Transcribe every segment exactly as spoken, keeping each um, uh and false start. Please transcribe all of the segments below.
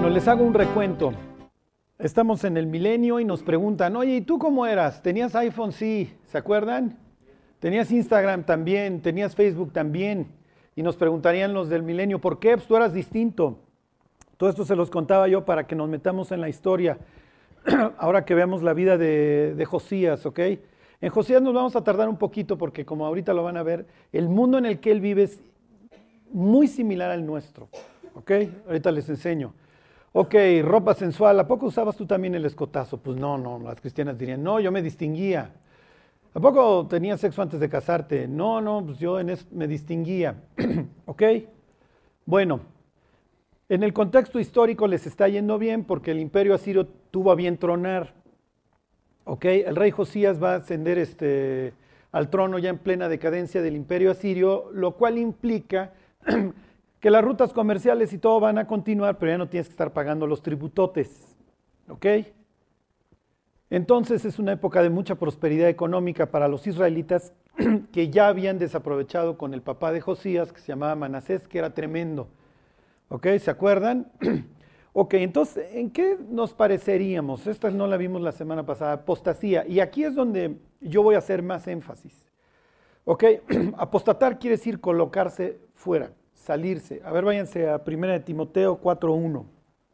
Bueno, les hago un recuento. Estamos en el milenio y nos preguntan, oye, ¿y tú cómo eras? ¿Tenías iPhone? Sí, ¿se acuerdan? ¿Tenías Instagram? También. ¿Tenías Facebook? También. Y nos preguntarían los del milenio, ¿por qué? Pues tú eras distinto. Todo esto se los contaba yo para que nos metamos en la historia. Ahora que veamos la vida de, de Josías, ¿ok? En Josías nos vamos a tardar un poquito porque como ahorita lo van a ver, el mundo en el que él vive es muy similar al nuestro, ¿ok? Ahorita les enseño. Ok, ropa sensual, ¿a poco usabas tú también el escotazo? Pues no, no, las cristianas dirían, no, yo me distinguía. ¿A poco tenías sexo antes de casarte? No, no, pues yo en eso me distinguía, ¿ok? Bueno, en el contexto histórico les está yendo bien porque el imperio asirio tuvo a bien tronar, ¿ok? El rey Josías va a ascender este, al trono ya en plena decadencia del imperio asirio, lo cual implica que las rutas comerciales y todo van a continuar, pero ya no tienes que estar pagando los tributotes, ¿ok? Entonces es una época de mucha prosperidad económica para los israelitas que ya habían desaprovechado con el papá de Josías, que se llamaba Manasés, que era tremendo, ¿ok? ¿Se acuerdan? Ok, entonces, ¿en qué nos pareceríamos? Esta no la vimos la semana pasada, apostasía, y aquí es donde yo voy a hacer más énfasis, ¿ok? Apostatar quiere decir colocarse fuera, salirse. A ver, váyanse a primera de Timoteo cuatro uno.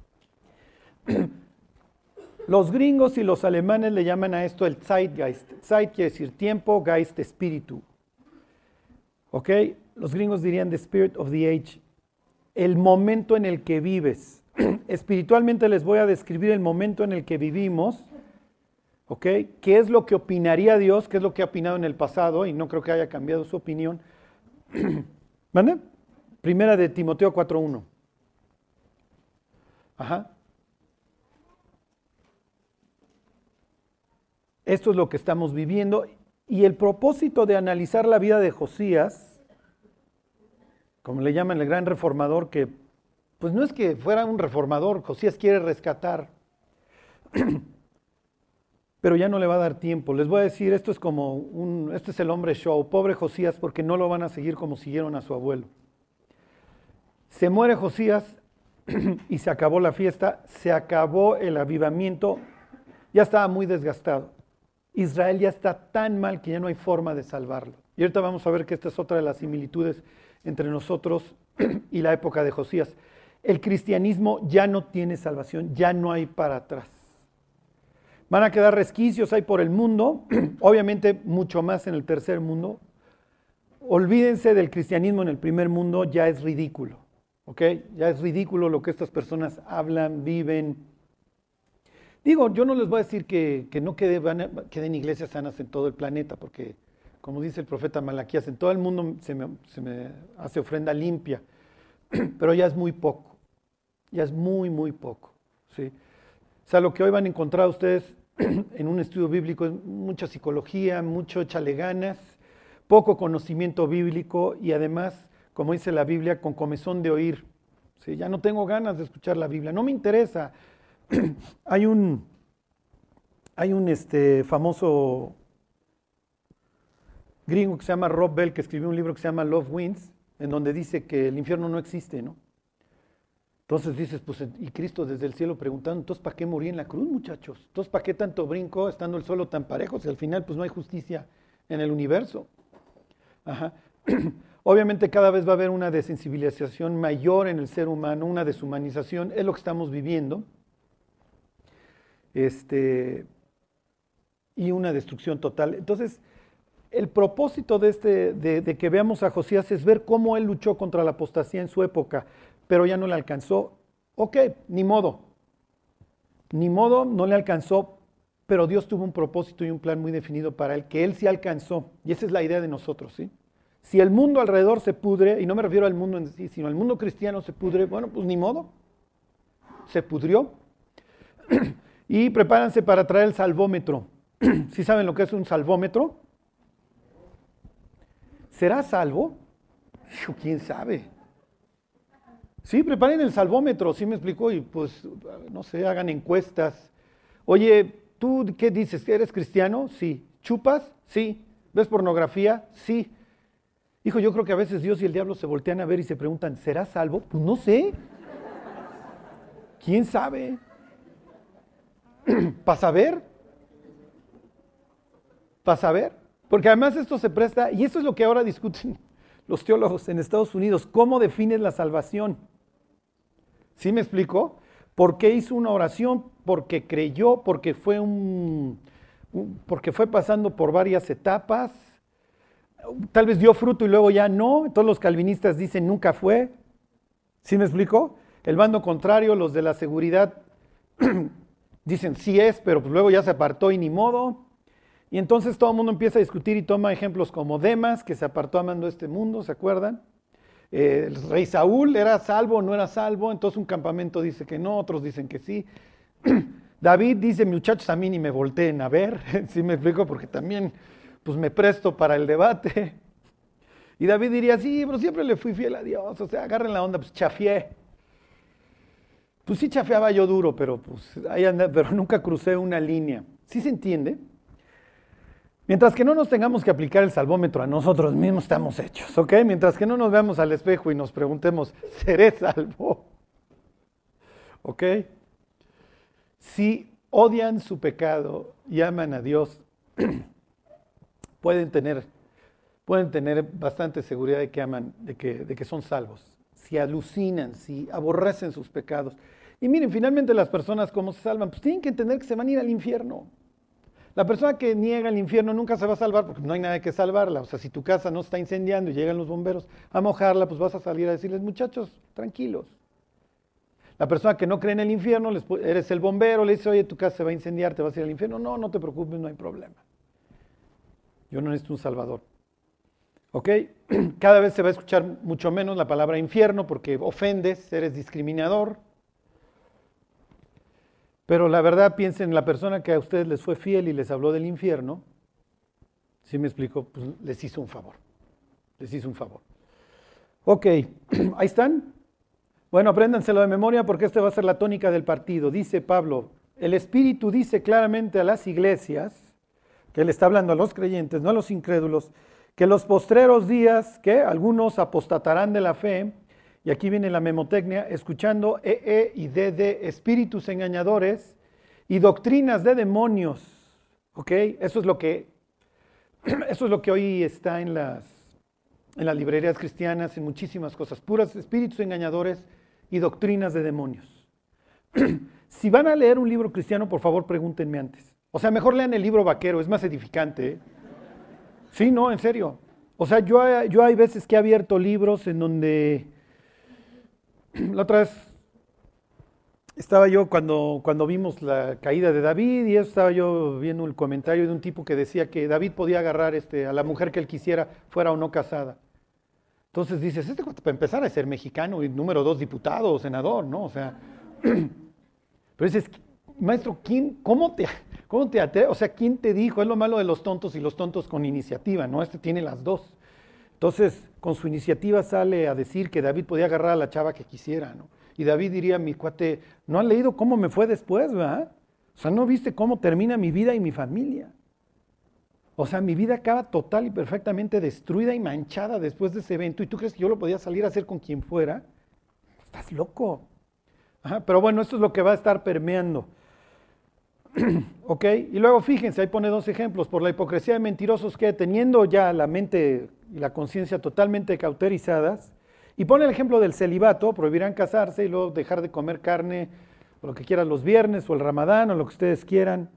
Los gringos y los alemanes le llaman a esto el Zeitgeist. Zeit quiere decir tiempo, Geist, espíritu. ¿Ok? Los gringos dirían the spirit of the age. El momento en el que vives. Espiritualmente les voy a describir el momento en el que vivimos. ¿Ok? ¿Qué es lo que opinaría Dios? ¿Qué es lo que ha opinado en el pasado? Y no creo que haya cambiado su opinión. ¿Vale? Primera de Timoteo cuatro uno. Ajá. Esto es lo que estamos viviendo. Y el propósito de analizar la vida de Josías, como le llaman el gran reformador, que pues no es que fuera un reformador, Josías quiere rescatar, pero ya no le va a dar tiempo. Les voy a decir, esto es como un, este es el hombre show, pobre Josías, porque no lo van a seguir como siguieron a su abuelo. Se muere Josías y se acabó la fiesta, se acabó el avivamiento, ya estaba muy desgastado. Israel ya está tan mal que ya no hay forma de salvarlo. Y ahorita vamos a ver que esta es otra de las similitudes entre nosotros y la época de Josías. El cristianismo ya no tiene salvación, ya no hay para atrás. Van a quedar resquicios ahí por el mundo, obviamente mucho más en el tercer mundo. Olvídense del cristianismo en el primer mundo, ya es ridículo. ¿Ok? Ya es ridículo lo que estas personas hablan, viven. Digo, yo no les voy a decir que, que no quede, van a, queden iglesias sanas en todo el planeta, porque como dice el profeta Malaquías, en todo el mundo se me, se me hace ofrenda limpia, pero ya es muy poco, ya es muy, muy poco. ¿Sí? O sea, lo que hoy van a encontrar ustedes en un estudio bíblico es mucha psicología, mucho échale ganas, poco conocimiento bíblico y además, como dice la Biblia, con comezón de oír. ¿Sí? Ya no tengo ganas de escuchar la Biblia, no me interesa. Hay un, hay un este, famoso gringo que se llama Rob Bell, que escribió un libro que se llama Love Wins, en donde dice que el infierno no existe, ¿no? Entonces dices, pues, y Cristo desde el cielo preguntando, entonces, ¿para qué morí en la cruz, muchachos? Entonces, ¿para qué tanto brinco estando el suelo tan parejo? Si al final, pues, no hay justicia en el universo. Ajá. Obviamente cada vez va a haber una desensibilización mayor en el ser humano, una deshumanización, es lo que estamos viviendo. Este, y una destrucción total. Entonces, el propósito de, este, de, de que veamos a Josías es ver cómo él luchó contra la apostasía en su época, pero ya no le alcanzó. Ok, ni modo. Ni modo, no le alcanzó, pero Dios tuvo un propósito y un plan muy definido para él, que él sí alcanzó. Y esa es la idea de nosotros, ¿sí? Si el mundo alrededor se pudre, y no me refiero al mundo en sí, sino al mundo cristiano se pudre, bueno, pues ni modo. Se pudrió. Y prepárense para traer el salvómetro. ¿Sí saben lo que es un salvómetro? ¿Será salvo? ¿Quién sabe? Sí, preparen el salvómetro, ¿sí me explicó? Y pues, no sé, hagan encuestas. Oye, ¿tú qué dices? ¿Eres cristiano? Sí. ¿Chupas? Sí. ¿Ves pornografía? Sí. Hijo, yo creo que a veces Dios y el diablo se voltean a ver y se preguntan, ¿será salvo? Pues no sé. ¿Quién sabe? ¿Para saber? ¿Para saber? Porque además esto se presta, y eso es lo que ahora discuten los teólogos en Estados Unidos, ¿cómo defines la salvación? ¿Sí me explico? ¿Por qué hizo una oración? Porque creyó, porque fue un, un porque fue pasando por varias etapas, tal vez dio fruto y luego ya no. Todos los calvinistas dicen nunca fue. ¿Sí me explico? El bando contrario, los de la seguridad, dicen sí es, pero pues luego ya se apartó y ni modo. Y entonces todo el mundo empieza a discutir y toma ejemplos como Demas, que se apartó amando este mundo, ¿se acuerdan? Eh, el rey Saúl, ¿era salvo o no era salvo? Entonces un campamento dice que no, otros dicen que sí. David dice, muchachos, a mí ni me volteen a ver, ¿sí me explico? Porque también pues me presto para el debate. Y David diría, sí, pero siempre le fui fiel a Dios, o sea, agarren la onda, pues chafié. Pues sí chafiaba yo duro, pero pues ahí anda, pero nunca crucé una línea. ¿Sí se entiende? Mientras que no nos tengamos que aplicar el salvómetro a nosotros mismos, estamos hechos, ¿ok? Mientras que no nos veamos al espejo y nos preguntemos, ¿seré salvo? ¿Ok? Si odian su pecado y aman a Dios, pueden tener, pueden tener bastante seguridad de que aman, de que, de que son salvos. Si alucinan, si aborrecen sus pecados. Y miren, finalmente las personas, ¿cómo se salvan? Pues tienen que entender que se van a ir al infierno. La persona que niega el infierno nunca se va a salvar porque no hay nada que salvarla. O sea, si tu casa no está incendiando y llegan los bomberos a mojarla, pues vas a salir a decirles, muchachos, tranquilos. La persona que no cree en el infierno, les, eres el bombero, le dice, oye, tu casa se va a incendiar, te vas a ir al infierno. No, no te preocupes, no hay problema. Yo no necesito un salvador. ¿Ok? Cada vez se va a escuchar mucho menos la palabra infierno porque ofendes, eres discriminador. Pero la verdad, piensen, la persona que a ustedes les fue fiel y les habló del infierno, ¿sí me explico? Pues les hizo un favor. Les hizo un favor. Ok, ahí están. Bueno, apréndanselo de memoria porque esta va a ser la tónica del partido. Dice Pablo, el Espíritu dice claramente a las iglesias, que él está hablando a los creyentes, no a los incrédulos, que los postreros días, que algunos apostatarán de la fe, y aquí viene la memotecnia, escuchando E E y D D, espíritus engañadores y doctrinas de demonios. ¿Ok? Eso es lo que, eso es lo que hoy está en las, en las librerías cristianas, en muchísimas cosas. Puras espíritus engañadores y doctrinas de demonios. Si van a leer un libro cristiano, por favor, pregúntenme antes. O sea, mejor lean el libro vaquero, es más edificante. ¿eh? Sí, no, en serio. O sea, yo, yo hay veces que he abierto libros en donde... La otra vez estaba yo cuando, cuando vimos la caída de David y estaba yo viendo el comentario de un tipo que decía que David podía agarrar este, a la mujer que él quisiera, fuera o no casada. Entonces dices, este para empezar a ser mexicano y número dos diputado o senador, ¿no? O sea, pero dices, maestro, ¿quién, cómo te, cómo te atreves? O sea, ¿quién te dijo? Es lo malo de los tontos y los tontos con iniciativa, ¿no? Este tiene las dos. Entonces, con su iniciativa sale a decir que David podía agarrar a la chava que quisiera, ¿no? Y David diría, mi cuate, ¿no han leído cómo me fue después, verdad? O sea, ¿no viste cómo termina mi vida y mi familia? O sea, mi vida acaba total y perfectamente destruida y manchada después de ese evento. ¿Y tú crees que yo lo podía salir a hacer con quien fuera? Estás loco. Ajá, pero bueno, esto es lo que va a estar permeando. ¿Ok? Y luego fíjense, ahí pone dos ejemplos. Por la hipocresía de mentirosos que teniendo ya la mente y la conciencia totalmente cauterizadas, y pone el ejemplo del celibato, prohibirán casarse y luego dejar de comer carne, o lo que quieran los viernes, o el ramadán, o lo que ustedes quieran.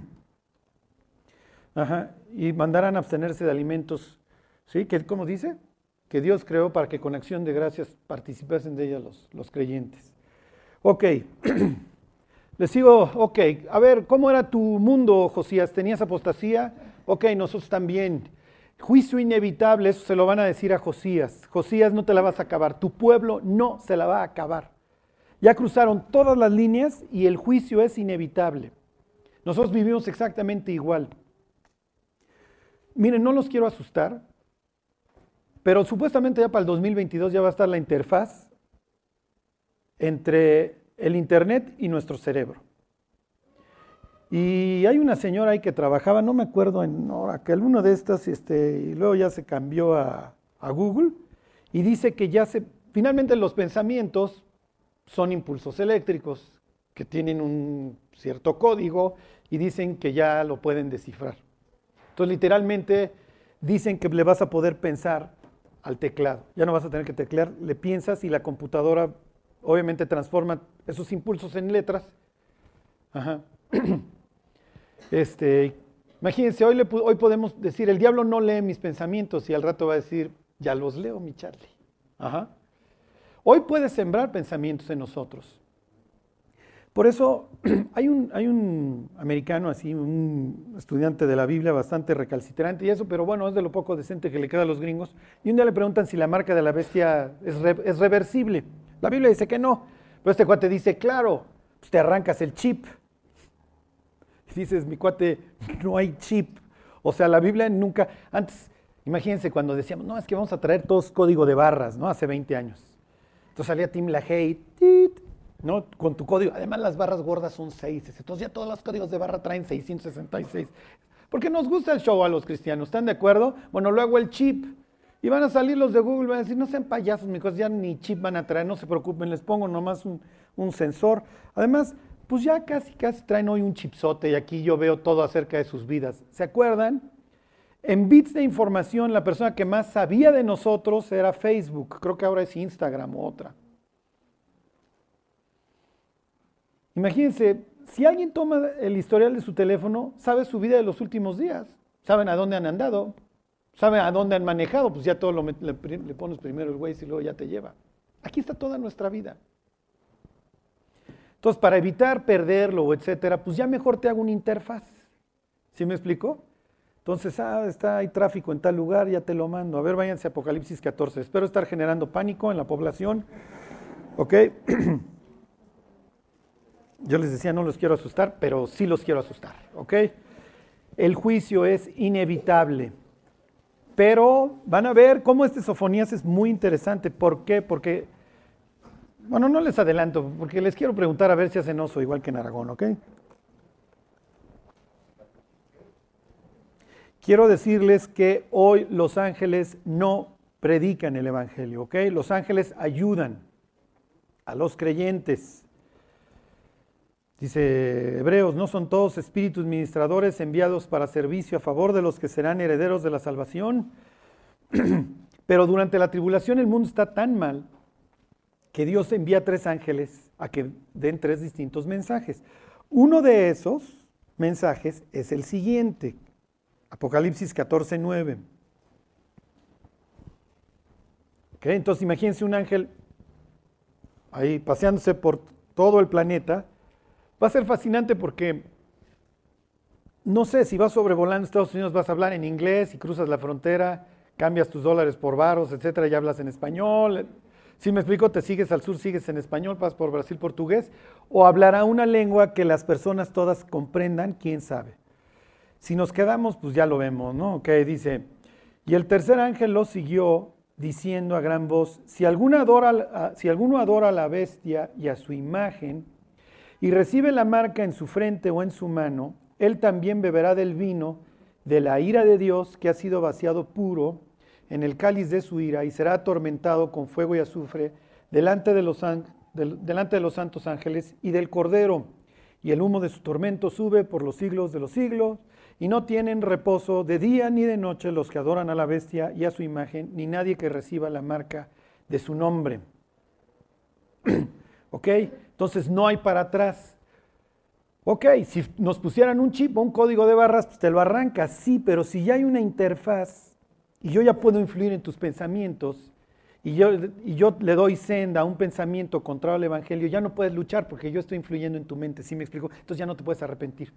Ajá, y mandarán a abstenerse de alimentos, ¿sí? Que, ¿cómo dice? Que Dios creó para que con acción de gracias participasen de ellas los, los creyentes. Ok. Les sigo, ok, a ver, ¿cómo era tu mundo, Josías? ¿Tenías apostasía? Ok, nosotros también. Juicio inevitable, eso se lo van a decir a Josías. Josías, no te la vas a acabar, tu pueblo no se la va a acabar. Ya cruzaron todas las líneas y el juicio es inevitable. Nosotros vivimos exactamente igual. Miren, no los quiero asustar, pero supuestamente ya para el dos mil veintidós ya va a estar la interfaz entre el internet y nuestro cerebro. Y hay una señora ahí que trabajaba, no me acuerdo en Oracle, una de estas, este, y luego ya se cambió a, a Google, y dice que ya se, finalmente los pensamientos son impulsos eléctricos que tienen un cierto código y dicen que ya lo pueden descifrar. Entonces, literalmente, dicen que le vas a poder pensar al teclado. Ya no vas a tener que teclear, le piensas y la computadora obviamente transforma esos impulsos en letras. Ajá. Este, imagínense, hoy, le, hoy podemos decir, el diablo no lee mis pensamientos y al rato va a decir, ya los leo, mi Charlie. Ajá. Hoy puede sembrar pensamientos en nosotros. Por eso hay un, hay un americano así, un estudiante de la Biblia bastante recalcitrante y eso, pero bueno, es de lo poco decente que le queda a los gringos. Y un día le preguntan si la marca de la bestia es, re, es reversible. La Biblia dice que no, pero este cuate dice, claro, pues te arrancas el chip. Y dices, mi cuate, no hay chip. O sea, la Biblia nunca, antes, imagínense cuando decíamos, no, es que vamos a traer todos código de barras, ¿no? Hace veinte años. Entonces salía Tim LaHaye, tit, ¿no? Con tu código. Además, las barras gordas son seis. Entonces ya todos los códigos de barra traen seiscientos sesenta y seis. Porque nos gusta el show a los cristianos, ¿están de acuerdo? Bueno, luego el chip. Y van a salir los de Google, van a decir, no sean payasos, mis cosas, ya ni chip van a traer, no se preocupen, les pongo nomás un, un sensor. Además, pues ya casi, casi traen hoy un chipsote y aquí yo veo todo acerca de sus vidas. ¿Se acuerdan? En bits de información, la persona que más sabía de nosotros era Facebook. Creo que ahora es Instagram o otra. Imagínense, si alguien toma el historial de su teléfono, sabe su vida de los últimos días. Saben a dónde han andado, saben a dónde han manejado, pues ya todo lo le, le pones primero el Waze y luego ya te lleva. Aquí está toda nuestra vida. Entonces, para evitar perderlo, etcétera, pues ya mejor te hago una interfaz. ¿Sí me explico? Entonces, ah, está, hay tráfico en tal lugar, ya te lo mando. A ver, váyanse a Apocalipsis catorce. Espero estar generando pánico en la población. ¿Ok? Yo les decía, no los quiero asustar, pero sí los quiero asustar. ¿Ok? El juicio es inevitable. Pero van a ver cómo este Sofonías es muy interesante. ¿Por qué? Porque, bueno, no les adelanto, porque les quiero preguntar a ver si hacen oso igual que en Aragón, ¿ok? Quiero decirles que hoy los ángeles no predican el evangelio, ¿ok? Los ángeles ayudan a los creyentes. Dice Hebreos, no son todos espíritus ministradores enviados para servicio a favor de los que serán herederos de la salvación. Pero durante la tribulación el mundo está tan mal que Dios envía tres ángeles a que den tres distintos mensajes. Uno de esos mensajes es el siguiente. Apocalipsis catorce, nueve. Okay, entonces imagínense un ángel ahí paseándose por todo el planeta. Va a ser fascinante porque, no sé, si vas sobrevolando Estados Unidos vas a hablar en inglés y cruzas la frontera, cambias tus dólares por varos, etcétera, y hablas en español. Si me explico, te sigues al sur, sigues en español, vas por Brasil portugués, o hablará una lengua que las personas todas comprendan, quién sabe. Si nos quedamos, pues ya lo vemos, ¿no? Ok, dice, y el tercer ángel lo siguió diciendo a gran voz, si, alguna adora, a, si alguno adora a la bestia y a su imagen, y recibe la marca en su frente o en su mano, él también beberá del vino de la ira de Dios que ha sido vaciado puro en el cáliz de su ira y será atormentado con fuego y azufre delante de los, del, delante de los santos ángeles y del Cordero. Y el humo de su tormento sube por los siglos de los siglos y no tienen reposo de día ni de noche los que adoran a la bestia y a su imagen, ni nadie que reciba la marca de su nombre. ¿Ok? Entonces no hay para atrás. Ok, si nos pusieran un chip o un código de barras, pues te lo arrancas, sí, pero si ya hay una interfaz y yo ya puedo influir en tus pensamientos y yo, y yo le doy senda a un pensamiento contrario al evangelio, ya no puedes luchar porque yo estoy influyendo en tu mente, ¿sí me explico? Entonces ya no te puedes arrepentir.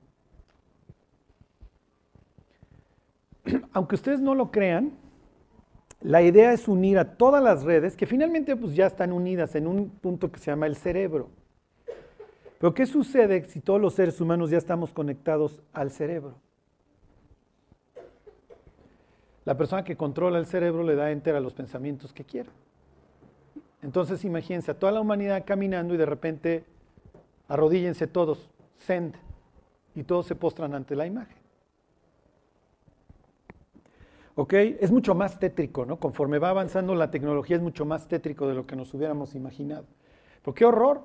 Aunque ustedes no lo crean, la idea es unir a todas las redes que finalmente pues ya están unidas en un punto que se llama el cerebro. Pero ¿qué sucede si todos los seres humanos ya estamos conectados al cerebro? La persona que controla el cerebro le da enter a los pensamientos que quiera. Entonces imagínense a toda la humanidad caminando y de repente arrodíllense todos, send, y todos se postran ante la imagen. ¿Ok? Es mucho más tétrico, ¿no? Conforme va avanzando la tecnología es mucho más tétrico de lo que nos hubiéramos imaginado. Pero qué horror.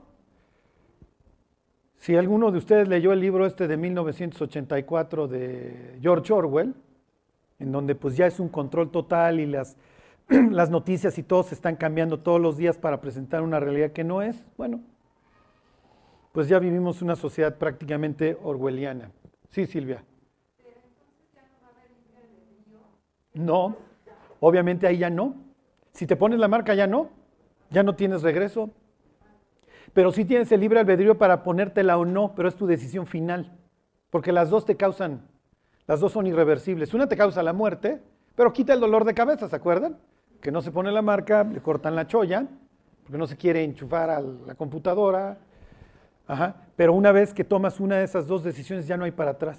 Si alguno de ustedes leyó el libro este de mil novecientos ochenta y cuatro de George Orwell, en donde pues ya es un control total y las, las noticias y todo se están cambiando todos los días para presentar una realidad que no es, bueno, pues ya vivimos una sociedad prácticamente orwelliana. Sí, Silvia. Pero entonces ya no va a haber libre albedrío. No, obviamente ahí ya no. Si te pones la marca ya no, ya no tienes regreso. Pero sí tienes el libre albedrío para ponértela o no, pero es tu decisión final. Porque las dos te causan, las dos son irreversibles. Una te causa la muerte, pero quita el dolor de cabeza, ¿se acuerdan? Que no se pone la marca, le cortan la cholla, porque no se quiere enchufar a la computadora. Ajá. Pero una vez que tomas una de esas dos decisiones ya no hay para atrás.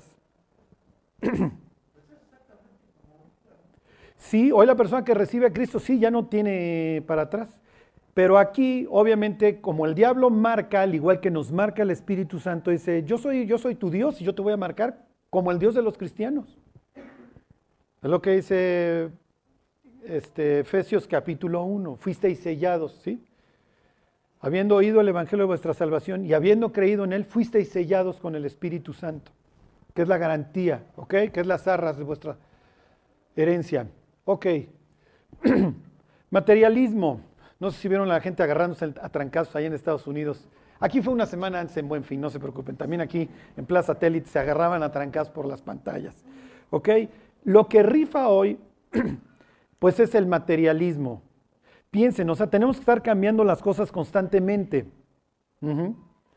Sí, hoy la persona que recibe a Cristo sí ya no tiene para atrás. Pero aquí, obviamente, como el diablo marca, al igual que nos marca el Espíritu Santo, dice, yo soy, yo soy tu Dios y yo te voy a marcar como el Dios de los cristianos. Es lo que dice este, Efesios capítulo uno, fuisteis sellados, ¿sí? Habiendo oído el Evangelio de vuestra salvación y habiendo creído en él, fuisteis sellados con el Espíritu Santo, que es la garantía, ¿ok? Que es las arras de vuestra herencia. Ok. Materialismo. No sé si vieron a la gente agarrándose a trancazos ahí en Estados Unidos. Aquí fue una semana antes en Buen Fin, no se preocupen. También aquí en Plaza Satélite se agarraban a trancazos por las pantallas. ¿Ok? Lo que rifa hoy, pues es el materialismo. Piensen, o sea, tenemos que estar cambiando las cosas constantemente. Uh-huh.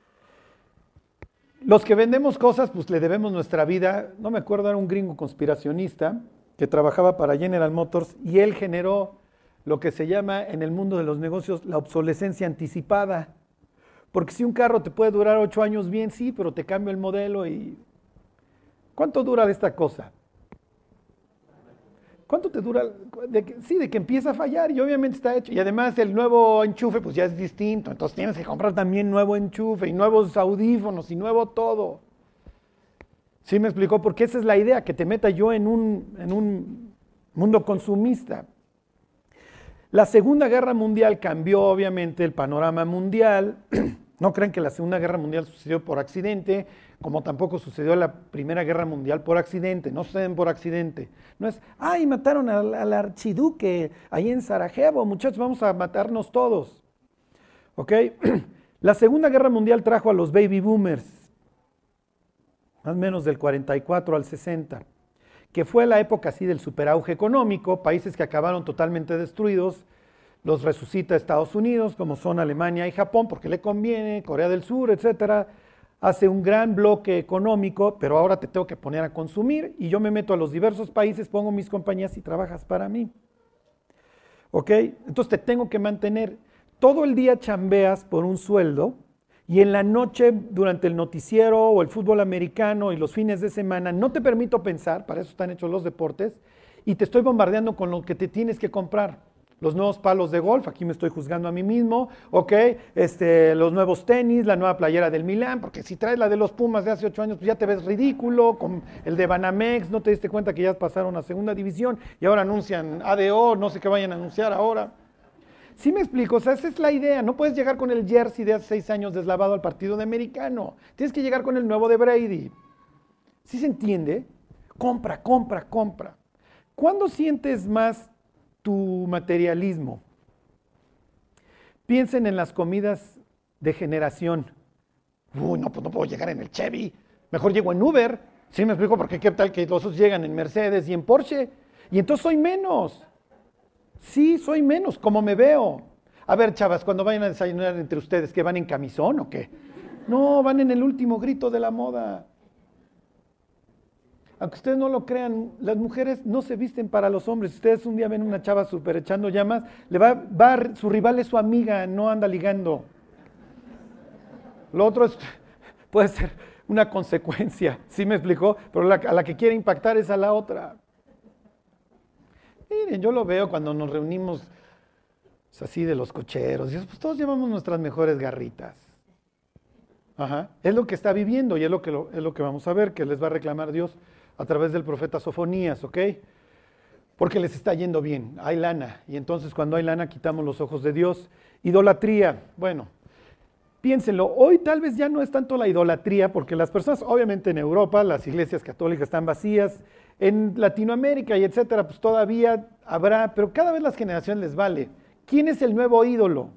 Los que vendemos cosas, pues le debemos nuestra vida. No me acuerdo, era un gringo conspiracionista que trabajaba para General Motors y él generó lo que se llama en el mundo de los negocios la obsolescencia anticipada. Porque si un carro te puede durar ocho años bien, sí, pero te cambio el modelo y... ¿Cuánto dura esta cosa? ¿Cuánto te dura? De que, sí, de que empieza a fallar y obviamente está hecho. Y además el nuevo enchufe pues ya es distinto, entonces tienes que comprar también nuevo enchufe y nuevos audífonos y nuevo todo. ¿Sí me explicó? Porque esa es la idea, que te meta yo en un, en un mundo consumista. La Segunda Guerra Mundial cambió obviamente el panorama mundial. No crean que la Segunda Guerra Mundial sucedió por accidente, como tampoco sucedió la Primera Guerra Mundial por accidente, no suceden por accidente. No es, ay, mataron al, al archiduque ahí en Sarajevo, muchachos, vamos a matarnos todos. ¿Ok? La Segunda Guerra Mundial trajo a los baby boomers, más o menos del cuarenta y cuatro al sesenta. Que fue la época así del superauge económico, países que acabaron totalmente destruidos, los resucita Estados Unidos, como son Alemania y Japón, porque le conviene, Corea del Sur, etcétera, hace un gran bloque económico, pero ahora te tengo que poner a consumir, y yo me meto a los diversos países, pongo mis compañías y trabajas para mí. ¿Ok? Entonces te tengo que mantener, todo el día chambeas por un sueldo, y en la noche, durante el noticiero o el fútbol americano y los fines de semana, no te permito pensar, para eso están hechos los deportes, y te estoy bombardeando con lo que te tienes que comprar. Los nuevos palos de golf, aquí me estoy juzgando a mí mismo, ok, este, los nuevos tenis, la nueva playera del Milán, porque si traes la de los Pumas de hace ocho años, pues ya te ves ridículo, con el de Banamex, no te diste cuenta que ya pasaron a segunda división y ahora anuncian A D O, no sé qué vayan a anunciar ahora. ¿Sí me explico? O sea, esa es la idea. No puedes llegar con el jersey de hace seis años deslavado al partido de americano. Tienes que llegar con el nuevo de Brady. ¿Sí se entiende? Compra, compra, compra. ¿Cuándo sientes más tu materialismo? Piensen en las comidas de generación. Uy, no, pues no puedo llegar en el Chevy. Mejor llego en Uber. ¿Sí me explico? Porque qué tal que los otros llegan en Mercedes y en Porsche. Y entonces soy menos. Sí, soy menos, como me veo. A ver, chavas, cuando vayan a desayunar entre ustedes, ¿qué van en camisón o qué? No, van en el último grito de la moda. Aunque ustedes no lo crean, las mujeres no se visten para los hombres. Si ustedes un día ven una chava súper echando llamas, le va, va, su rival es su amiga, no anda ligando. Lo otro es, puede ser una consecuencia, ¿sí me explicó? Pero la, a la que quiere impactar es a la otra. Miren, yo lo veo cuando nos reunimos pues, así de los cocheros, y pues todos llevamos nuestras mejores garritas. Ajá. Es lo que está viviendo y es lo que, lo, es lo que vamos a ver, que les va a reclamar Dios a través del profeta Sofonías, ¿ok? Porque les está yendo bien, hay lana, y entonces cuando hay lana quitamos los ojos de Dios. Idolatría, bueno, Piénsenlo, hoy tal vez ya no es tanto la idolatría, porque las personas, obviamente en Europa, las iglesias católicas están vacías, en Latinoamérica y etcétera, pues todavía habrá, pero cada vez las generaciones les vale. ¿Quién es el nuevo ídolo?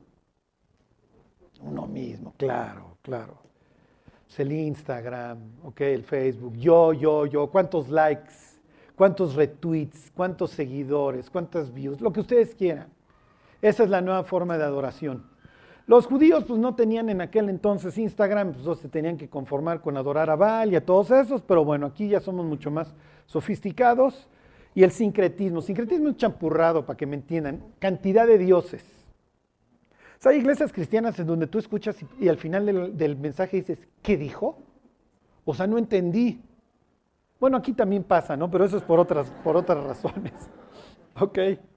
Uno mismo, claro, claro. Es el Instagram, ok, el Facebook, yo, yo, yo, cuántos likes, cuántos retweets, cuántos seguidores, cuántas views, lo que ustedes quieran. Esa es la nueva forma de adoración. Los judíos pues no tenían en aquel entonces Instagram, pues se tenían que conformar con adorar a Baal y a todos esos, pero bueno, aquí ya somos mucho más sofisticados. Y el sincretismo, sincretismo es champurrado, para que me entiendan, cantidad de dioses. O sea, hay iglesias cristianas en donde tú escuchas y, y al final del, del mensaje dices, ¿qué dijo? O sea, no entendí. Bueno, aquí también pasa, ¿no? Pero eso es por otras, por otras razones. Ok.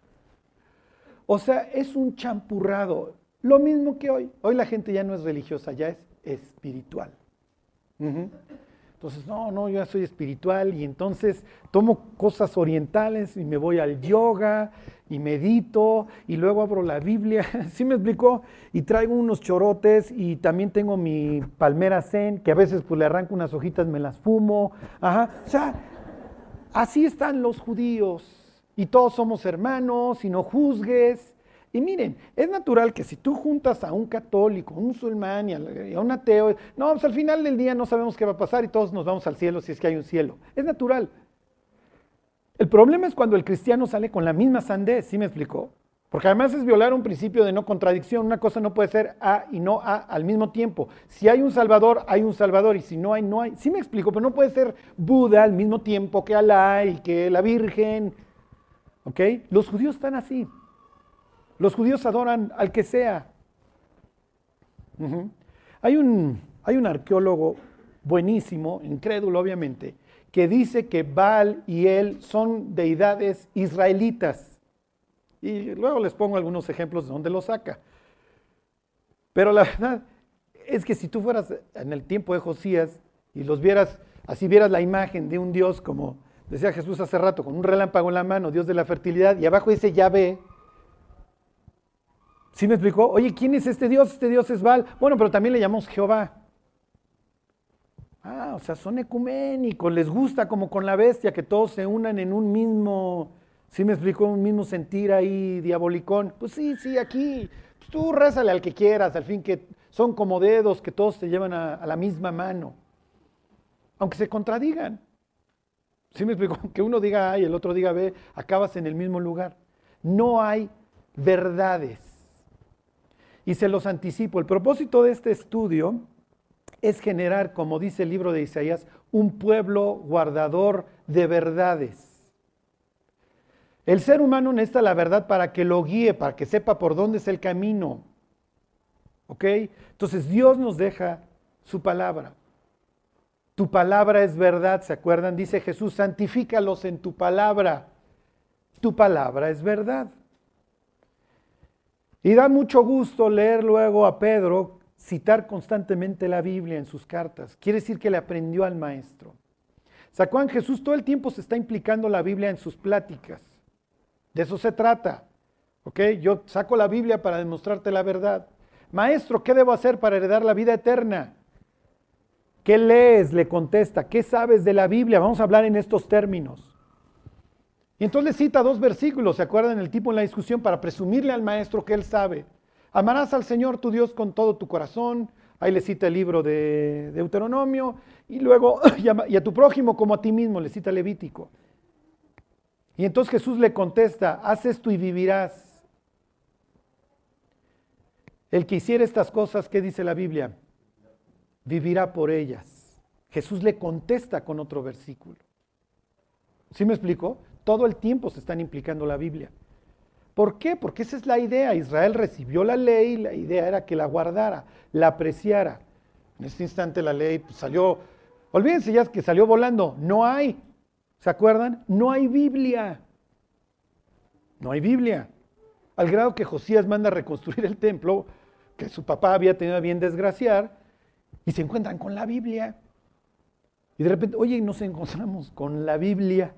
O sea, es un champurrado. Lo mismo que hoy. Hoy la gente ya no es religiosa, ya es espiritual. Uh-huh. Entonces, no, no, yo ya soy espiritual y entonces tomo cosas orientales y me voy al yoga y medito y luego abro la Biblia, ¿sí me explicó? Y traigo unos chorotes y también tengo mi palmera zen, que a veces pues le arranco unas hojitas, me las fumo. Ajá. O sea, así están los judíos y todos somos hermanos y no juzgues. Y miren, es natural que si tú juntas a un católico, un musulmán y a un ateo, no, pues al final del día no sabemos qué va a pasar y todos nos vamos al cielo si es que hay un cielo. Es natural. El problema es cuando el cristiano sale con la misma sandez, ¿sí me explicó? Porque además es violar un principio de no contradicción. Una cosa no puede ser A y no A al mismo tiempo. Si hay un Salvador, hay un Salvador y si no hay, no hay. Sí me explico, pero no puede ser Buda al mismo tiempo que Alá y que la Virgen. ¿Ok? Los judíos están así. Los judíos adoran al que sea. Uh-huh. Hay un, hay un arqueólogo buenísimo, incrédulo obviamente, que dice que Baal y él son deidades israelitas. Y luego les pongo algunos ejemplos de dónde lo saca. Pero la verdad es que si tú fueras en el tiempo de Josías y los vieras, así vieras la imagen de un Dios, como decía Jesús hace rato, con un relámpago en la mano, Dios de la fertilidad, y abajo dice Yahvé. ¿Sí me explicó? Oye, ¿quién es este Dios? Este Dios es Baal. Bueno, pero también le llamamos Jehová. Ah, o sea, son ecuménicos, les gusta como con la bestia que todos se unan en un mismo, ¿sí me explicó? Un mismo sentir ahí diabolicón. Pues sí, sí, aquí, pues tú rézale al que quieras, al fin que son como dedos que todos te llevan a, a la misma mano. Aunque se contradigan. ¿Sí me explicó? Que uno diga A y el otro diga B, acabas en el mismo lugar. No hay verdades. Y se los anticipo, el propósito de este estudio es generar, como dice el libro de Isaías, un pueblo guardador de verdades. El ser humano necesita la verdad para que lo guíe, para que sepa por dónde es el camino. ¿Ok? Entonces Dios nos deja su palabra. Tu palabra es verdad, ¿se acuerdan? Dice Jesús, santifícalos en tu palabra. Tu palabra es verdad. Y da mucho gusto leer luego a Pedro citar constantemente la Biblia en sus cartas. Quiere decir que le aprendió al maestro. ¿Se acuerdan? Jesús todo el tiempo se está implicando la Biblia en sus pláticas. De eso se trata. ¿Ok? Yo saco la Biblia para demostrarte la verdad. Maestro, ¿qué debo hacer para heredar la vida eterna? ¿Qué lees? Le contesta. ¿Qué sabes de la Biblia? Vamos a hablar en estos términos. Y entonces le cita dos versículos, ¿se acuerdan? El tipo en la discusión para presumirle al maestro que él sabe. Amarás al Señor tu Dios con todo tu corazón. Ahí le cita el libro de Deuteronomio. Y luego, y a tu prójimo como a ti mismo, le cita Levítico. Y entonces Jesús le contesta, haz esto y vivirás. El que hiciera estas cosas, ¿qué dice la Biblia? Vivirá por ellas. Jesús le contesta con otro versículo. ¿Sí me explico? Todo el tiempo se están implicando la Biblia. ¿Por qué? Porque esa es la idea. Israel recibió la ley y la idea era que la guardara, la apreciara. En este instante la ley pues, salió, olvídense ya que salió volando. No hay, ¿se acuerdan? No hay Biblia. No hay Biblia. Al grado que Josías manda a reconstruir el templo, que su papá había tenido a bien desgraciar, y se encuentran con la Biblia. Y de repente, oye, nos encontramos con la Biblia.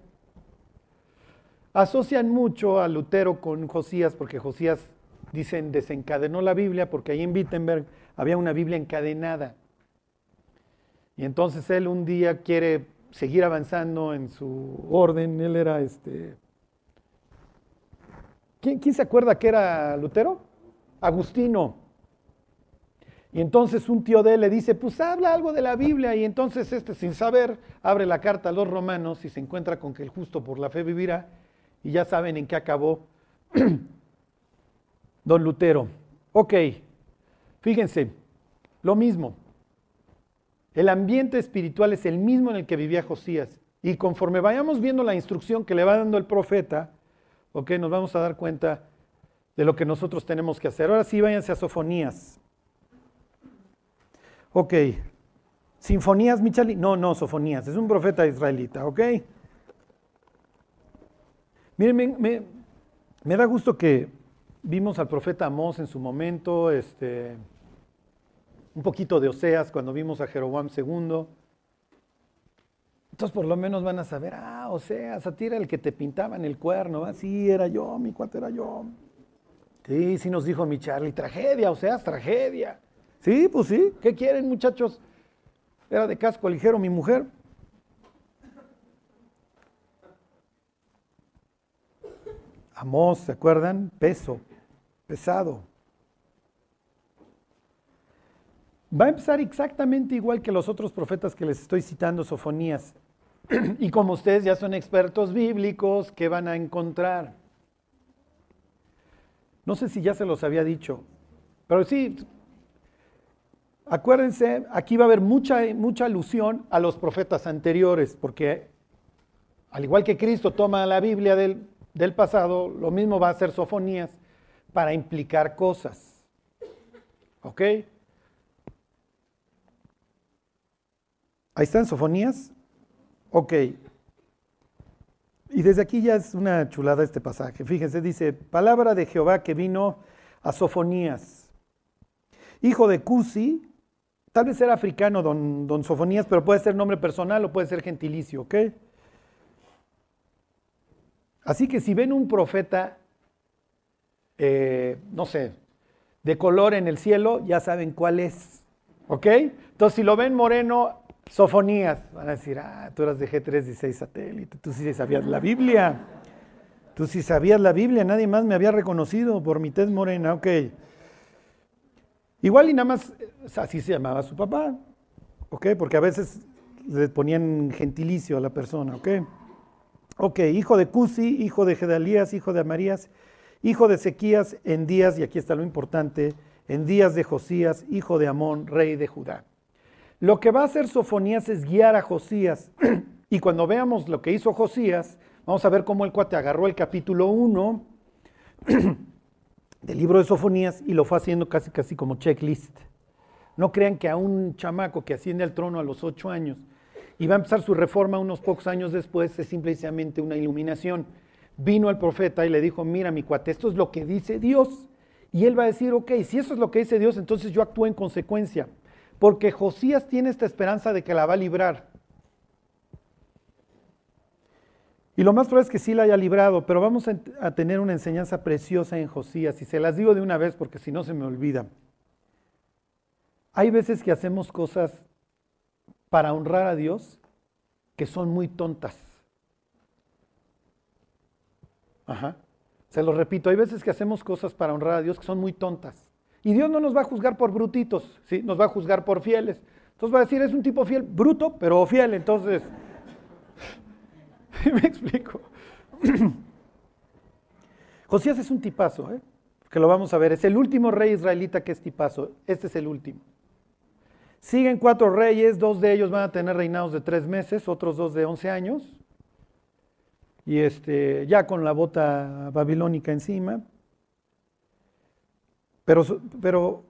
Asocian mucho a Lutero con Josías, porque Josías, dicen, desencadenó la Biblia, porque ahí en Wittenberg había una Biblia encadenada. Y entonces él un día quiere seguir avanzando en su orden. Él era este... ¿Quién, quién se acuerda que era Lutero? Agustino. Y entonces un tío de él le dice, pues habla algo de la Biblia. Y entonces este, sin saber, abre la carta a los romanos y se encuentra con que el justo por la fe vivirá. Y ya saben en qué acabó don Lutero. Ok, fíjense, lo mismo. El ambiente espiritual es el mismo en el que vivía Josías. Y conforme vayamos viendo la instrucción que le va dando el profeta, ok, nos vamos a dar cuenta de lo que nosotros tenemos que hacer. Ahora sí, váyanse a Sofonías. Ok, Sinfonías, Michali. No, no, Sofonías, es un profeta israelita, ok. Miren, me, me, me da gusto que vimos al profeta Amós en su momento, este... un poquito de Oseas cuando vimos a Jeroboam segundo. Entonces por lo menos van a saber, ah, Oseas, a ti era el que te pintaba en el cuerno, ¿va? Sí, era yo, mi cuate era yo. Sí, sí nos dijo mi Charlie, tragedia, Oseas, tragedia. Sí, pues sí, ¿qué quieren muchachos? Era de casco ligero mi mujer. Amós, ¿se acuerdan? Peso, pesado. Va a empezar exactamente igual que los otros profetas que les estoy citando, Sofonías. Y como ustedes ya son expertos bíblicos, ¿qué van a encontrar? No sé si ya se los había dicho, pero sí, acuérdense, aquí va a haber mucha, mucha alusión a los profetas anteriores, porque al igual que Cristo toma la Biblia del, del pasado, lo mismo va a hacer Sofonías para implicar cosas. ¿Ok? Ahí están, Sofonías. Ok. Y desde aquí ya es una chulada este pasaje. Fíjense, dice, palabra de Jehová que vino a Sofonías, hijo de Cusi. Tal vez era africano don, don Sofonías, pero puede ser nombre personal o puede ser gentilicio, ¿ok? Así que si ven un profeta, eh, no sé, de color en el cielo, ya saben cuál es, ¿ok? Entonces si lo ven moreno, Sofonías, van a decir, ah, tú eras de G trescientos dieciséis satélite, tú sí sabías la Biblia, tú sí sabías la Biblia, nadie más me había reconocido por mi tez morena, ok. Igual y nada más, así se llamaba su papá, ok, porque a veces le ponían gentilicio a la persona, ok. Ok, hijo de Cusi, hijo de Gedalías, hijo de Amarías, hijo de Ezequías, en días, y aquí está lo importante, en días de Josías, hijo de Amón, rey de Judá. Lo que va a hacer Sofonías es guiar a Josías. Y cuando veamos lo que hizo Josías, vamos a ver cómo el cuate agarró el capítulo uno del libro de Sofonías y lo fue haciendo casi casi como checklist. No crean que a un chamaco que asciende al trono a los ocho años y va a empezar su reforma unos pocos años después, es simplemente una iluminación. Vino el profeta y le dijo, mira mi cuate, esto es lo que dice Dios. Y él va a decir, ok, si eso es lo que dice Dios, entonces yo actúo en consecuencia. Porque Josías tiene esta esperanza de que la va a librar. Y lo más probable es que sí la haya librado, pero vamos a, a tener una enseñanza preciosa en Josías. Y se las digo de una vez porque si no se me olvida. Hay veces que hacemos cosas para honrar a Dios que son muy tontas. Ajá. Se lo repito, hay veces que hacemos cosas para honrar a Dios que son muy tontas. Y Dios no nos va a juzgar por brutitos, ¿sí? Nos va a juzgar por fieles. Entonces va a decir, es un tipo fiel, bruto, pero fiel. Entonces, ¿me explico? Josías es un tipazo, ¿eh? Que lo vamos a ver. Es el último rey israelita que es tipazo. Este es el último. Siguen cuatro reyes, dos de ellos van a tener reinados de tres meses, otros dos de once años. Y este, ya con la bota babilónica encima. Pero, pero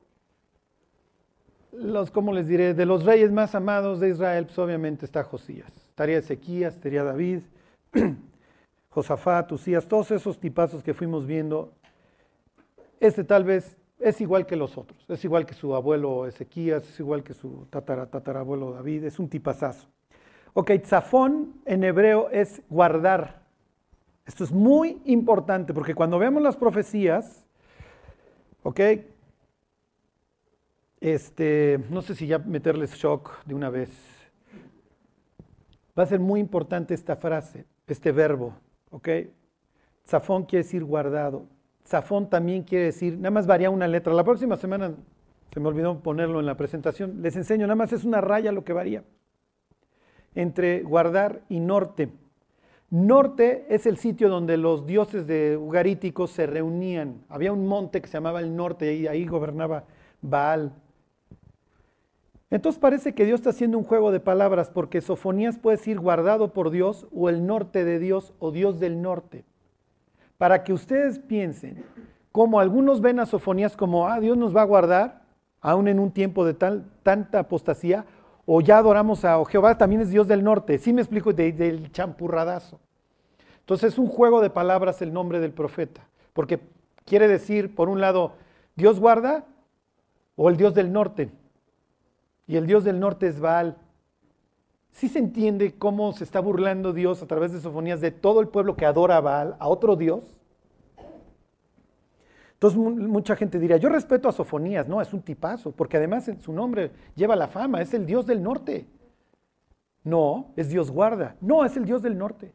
los, ¿cómo les diré? De los reyes más amados de Israel, pues obviamente está Josías. Estaría Ezequías, estaría David, Josafat, Usías, todos esos tipazos que fuimos viendo. Este tal vez es igual que los otros. Es igual que su abuelo Ezequías, es igual que su tatara, tatarabuelo David. Es un tipazazo. Ok, tzafón en hebreo es guardar. Esto es muy importante porque cuando vemos las profecías, ¿ok? Este, no sé si ya meterles shock de una vez. Va a ser muy importante esta frase, este verbo, ¿ok? Tzafón quiere decir guardado. Tzafón también quiere decir, nada más varía una letra. La próxima semana, se me olvidó ponerlo en la presentación, les enseño, nada más es una raya lo que varía entre guardar y norte. Norte es el sitio donde los dioses de ugaríticos se reunían. Había un monte que se llamaba el norte y ahí gobernaba Baal. Entonces parece que Dios está haciendo un juego de palabras porque Sofonías puede decir guardado por Dios o el norte de Dios o Dios del norte. Para que ustedes piensen, como algunos ven a Sofonías como, ah, Dios nos va a guardar, aún en un tiempo de tal, tanta apostasía, o ya adoramos a o Jehová, también es Dios del norte. Sí me explico, de, del champurradazo. Entonces es un juego de palabras el nombre del profeta, porque quiere decir, por un lado, Dios guarda o el Dios del norte. Y el Dios del norte es Baal. ¿Sí se entiende cómo se está burlando Dios a través de Sofonías de todo el pueblo que adora a Baal, a otro Dios? Entonces mucha gente diría, yo respeto a Sofonías, no, es un tipazo, porque además en su nombre lleva la fama, es el Dios del norte. No, es Dios guarda, no, es el Dios del norte.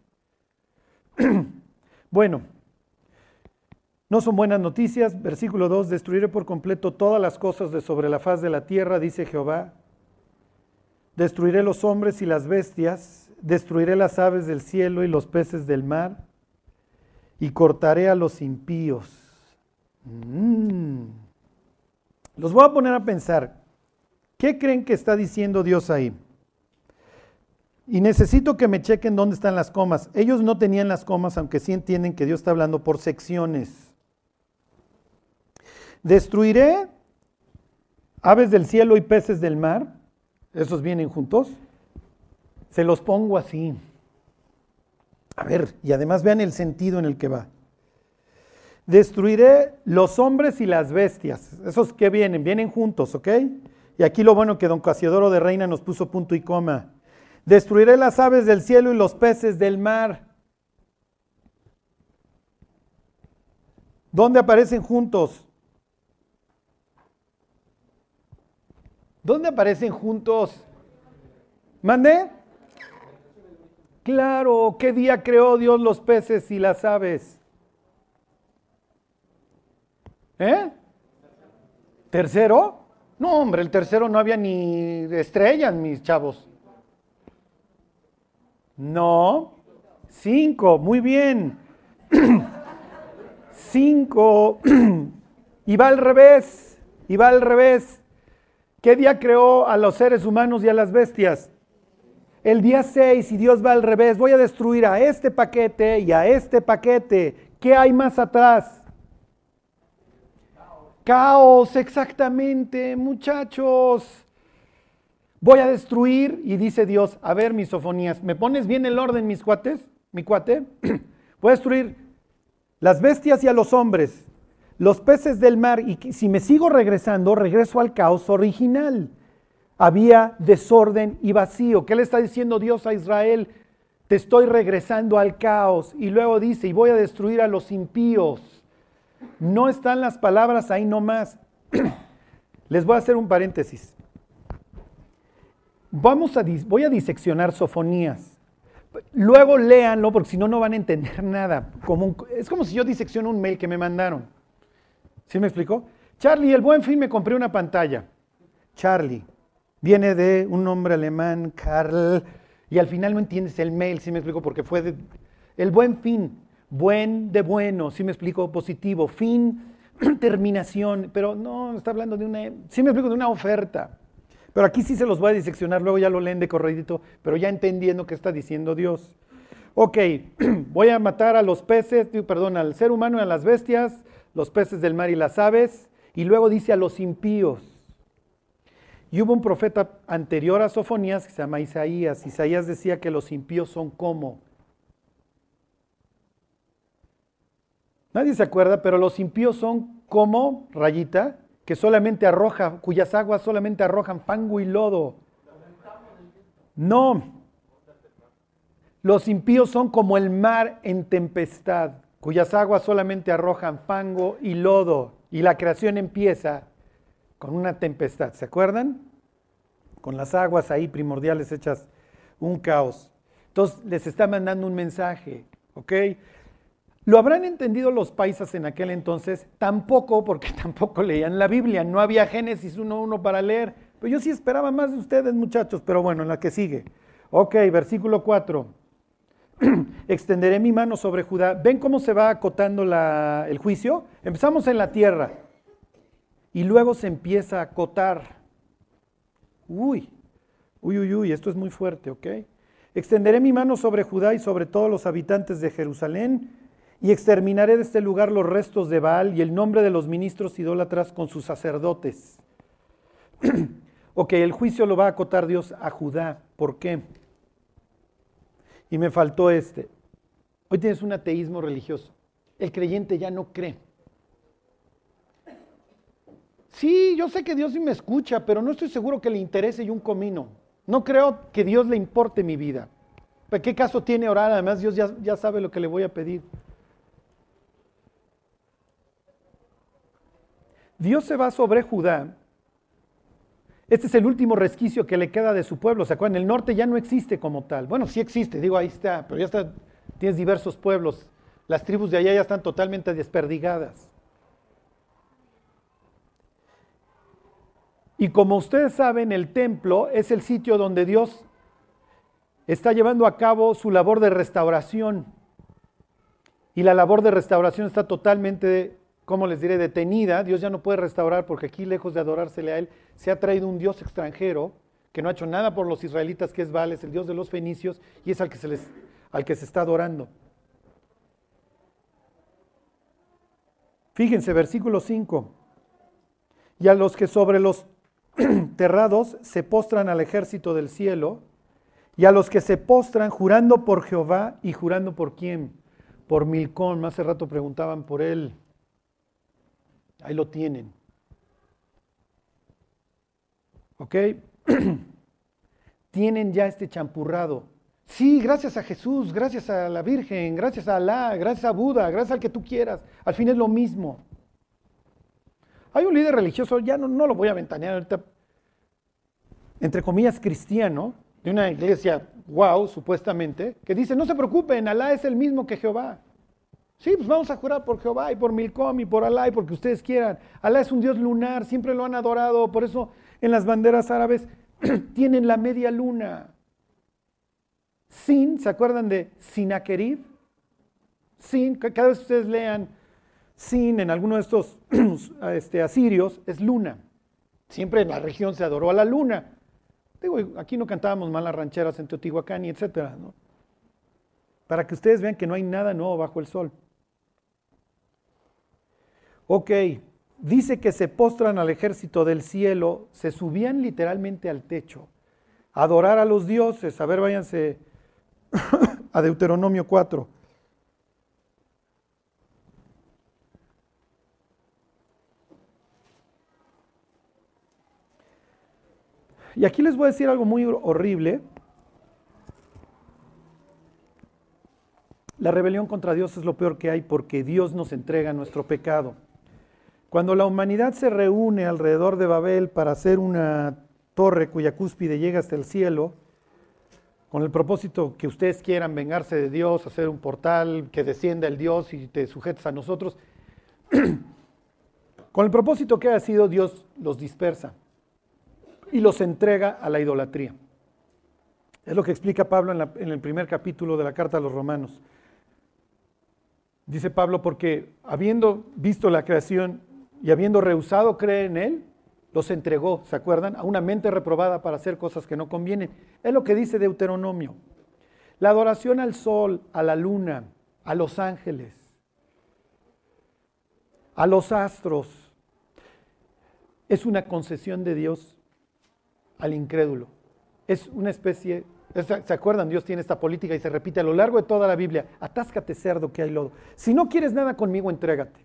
Bueno, no son buenas noticias, versículo dos, destruiré por completo todas las cosas de sobre la faz de la tierra, dice Jehová. Destruiré los hombres y las bestias, destruiré las aves del cielo y los peces del mar, y cortaré a los impíos. Mm. Los voy a poner a pensar, ¿qué creen que está diciendo Dios ahí? Y necesito que me chequen dónde están las comas. Ellos no tenían las comas, aunque sí entienden que Dios está hablando por secciones. Destruiré aves del cielo y peces del mar. ¿Esos vienen juntos? Se los pongo así. A ver, y además vean el sentido en el que va. Destruiré los hombres y las bestias. ¿Esos qué vienen? Vienen juntos, ¿ok? Y aquí lo bueno que don Casiodoro de Reina nos puso punto y coma. Destruiré las aves del cielo y los peces del mar. ¿Dónde aparecen juntos? ¿Dónde aparecen juntos? ¿Mande? Claro, ¿qué día creó Dios los peces y las aves? ¿Eh? ¿Tercero? No, hombre, el tercero no había ni estrellas, mis chavos. No, cinco, muy bien. Cinco. Y va al revés, y va al revés. ¿Qué día creó a los seres humanos y a las bestias? El día seis, y Dios va al revés. Voy a destruir a este paquete y a este paquete. ¿Qué hay más atrás? Caos, Caos, exactamente, muchachos. Voy a destruir, y dice Dios, a ver mis Sofonías, ¿me pones bien el orden, mis cuates? Mi cuate. Voy a destruir las bestias y a los hombres, los peces del mar, y si me sigo regresando, regreso al caos original. Había desorden y vacío. ¿Qué le está diciendo Dios a Israel? Te estoy regresando al caos. Y luego dice, y voy a destruir a los impíos. No están las palabras ahí nomás. Les voy a hacer un paréntesis. Vamos a, voy a diseccionar Sofonías. Luego léanlo, porque si no, no van a entender nada. Como un, es como si yo disecciono un mail que me mandaron. ¿Sí me explicó? Charlie, el Buen Fin me compré una pantalla. Charlie. Viene de un nombre alemán, Karl, y al final no entiendes el mail, ¿sí me explico? Porque fue de, el Buen Fin, buen de bueno, ¿sí me explico? Positivo, fin, terminación, pero no, está hablando de una, ¿sí me explico? De una oferta. Pero aquí sí se los voy a diseccionar, luego ya lo leen de corredito, pero ya entendiendo qué está diciendo Dios. Ok, voy a matar a los peces, perdón, al ser humano y a las bestias, los peces del mar y las aves, y luego dice a los impíos. Y hubo un profeta anterior a Sofonías que se llama Isaías. Isaías decía que los impíos son como. Nadie se acuerda, pero los impíos son como, rayita, que solamente arroja, cuyas aguas solamente arrojan fango y lodo. No. Los impíos son como el mar en tempestad, cuyas aguas solamente arrojan fango y lodo. Y la creación empieza con una tempestad, ¿se acuerdan? Con las aguas ahí primordiales hechas un caos. Entonces les está mandando un mensaje, ¿ok? ¿Lo habrán entendido los paisas en aquel entonces? Tampoco, porque tampoco leían la Biblia, no había Génesis uno uno para leer. Pero yo sí esperaba más de ustedes, muchachos, pero bueno, en la que sigue. Ok, versículo cuatro. Extenderé mi mano sobre Judá. ¿Ven cómo se va acotando la, el juicio? Empezamos en la tierra y luego se empieza a acotar. Uy, uy, uy, uy, esto es muy fuerte, ¿ok? Extenderé mi mano sobre Judá y sobre todos los habitantes de Jerusalén y exterminaré de este lugar los restos de Baal y el nombre de los ministros idólatras con sus sacerdotes. Ok, el juicio lo va a acotar Dios a Judá. ¿Por qué? Y me faltó este. Hoy tienes un ateísmo religioso. El creyente ya no cree. Sí, yo sé que Dios sí me escucha, pero no estoy seguro que le interese y un comino. No creo que Dios le importe mi vida. ¿Pero qué caso tiene orar? Además, Dios ya, ya sabe lo que le voy a pedir. Dios se va sobre Judá. Este es el último resquicio que le queda de su pueblo. ¿Se acuerdan? El norte ya no existe como tal. Bueno, sí existe, digo, ahí está, pero ya está, tienes diversos pueblos. Las tribus de allá ya están totalmente desperdigadas. Y como ustedes saben, el templo es el sitio donde Dios está llevando a cabo su labor de restauración. Y la labor de restauración está totalmente, ¿cómo les diré?, detenida. Dios ya no puede restaurar porque aquí, lejos de adorársele a Él, se ha traído un Dios extranjero que no ha hecho nada por los israelitas, que es Baal, es el Dios de los fenicios y es al que se, les, al que se está adorando. Fíjense, versículo cinco. Y a los que sobre los terrados se postran al ejército del cielo, y a los que se postran jurando por Jehová y jurando por quién, por Milcón. Hace rato preguntaban por él. Ahí lo tienen. ¿Ok? Tienen ya este champurrado. Sí, gracias a Jesús, gracias a la Virgen, gracias a Alá, gracias a Buda, gracias al que tú quieras. Al fin es lo mismo. Hay un líder religioso, ya no, no lo voy a ventanear ahorita, entre comillas cristiano, de una iglesia, wow, supuestamente, que dice, no se preocupen, Alá es el mismo que Jehová. Sí, pues vamos a jurar por Jehová y por Milcom y por Alá y porque ustedes quieran. Alá es un Dios lunar, siempre lo han adorado, por eso en las banderas árabes tienen la media luna. Sin, ¿se acuerdan de Sinaquerib? Sin, cada vez que ustedes lean Sin en alguno de estos este, asirios, es luna. Siempre en la región se adoró a la luna. Digo, aquí no cantábamos mal las rancheras en Teotihuacán y etcétera, ¿no? Para que ustedes vean que no hay nada nuevo bajo el sol. Ok, dice que se postran al ejército del cielo, se subían literalmente al techo, a adorar a los dioses. A ver, váyanse a Deuteronomio cuatro. Y aquí les voy a decir algo muy horrible. La rebelión contra Dios es lo peor que hay porque Dios nos entrega nuestro pecado. Cuando la humanidad se reúne alrededor de Babel para hacer una torre cuya cúspide llega hasta el cielo, con el propósito que ustedes quieran vengarse de Dios, hacer un portal que descienda el Dios y te sujetes a nosotros, con el propósito que haya sido, Dios los dispersa y los entrega a la idolatría. Es lo que explica Pablo en, la, en el primer capítulo de la carta a los Romanos. Dice Pablo, porque habiendo visto la creación y habiendo rehusado creer en Él, los entregó, ¿se acuerdan?, a una mente reprobada para hacer cosas que no convienen. Es lo que dice Deuteronomio. La adoración al sol, a la luna, a los ángeles, a los astros, es una concesión de Dios al incrédulo. Es una especie, ¿se acuerdan? Dios tiene esta política y se repite a lo largo de toda la Biblia: atáscate, cerdo, que hay lodo. Si no quieres nada conmigo, entrégate.